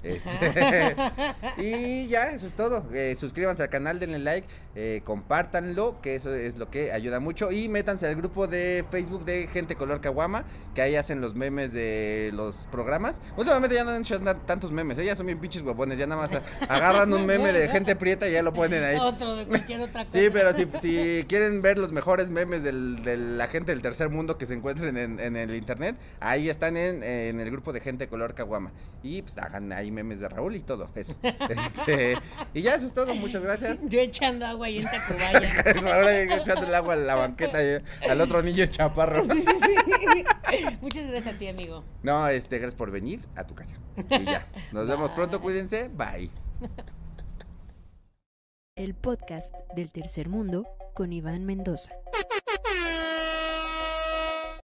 [SPEAKER 2] Y ya, eso es todo. Suscríbanse al canal, denle like, compártanlo, que eso es lo que ayuda mucho. Y métanse al grupo de Facebook de Gente Color Caguama, que ahí hacen los memes de los programas. Últimamente ya no han hecho tantos memes, ya son bien pinches huevones, ya nada más agarran un meme de gente prieta y ya lo ponen ahí.
[SPEAKER 3] Otro de cualquier otra cosa.
[SPEAKER 2] Sí, pero si quieren ver los mejores memes de la gente del tercer mundo que se encuentren en el internet, ahí están en el grupo de Gente Color Caguama. Y pues hagan ahí memes de Raúl y todo eso. Y ya eso es todo, muchas gracias.
[SPEAKER 3] Yo echando agua ahí en Tacubaya.
[SPEAKER 2] Ahora echando el agua a la banqueta al otro niño chaparro.
[SPEAKER 3] Sí. Muchas gracias a ti, amigo.
[SPEAKER 2] No, gracias por venir a tu casa. Y ya, nos vemos pronto, cuídense, bye.
[SPEAKER 1] El podcast del tercer mundo con Iván Mendoza.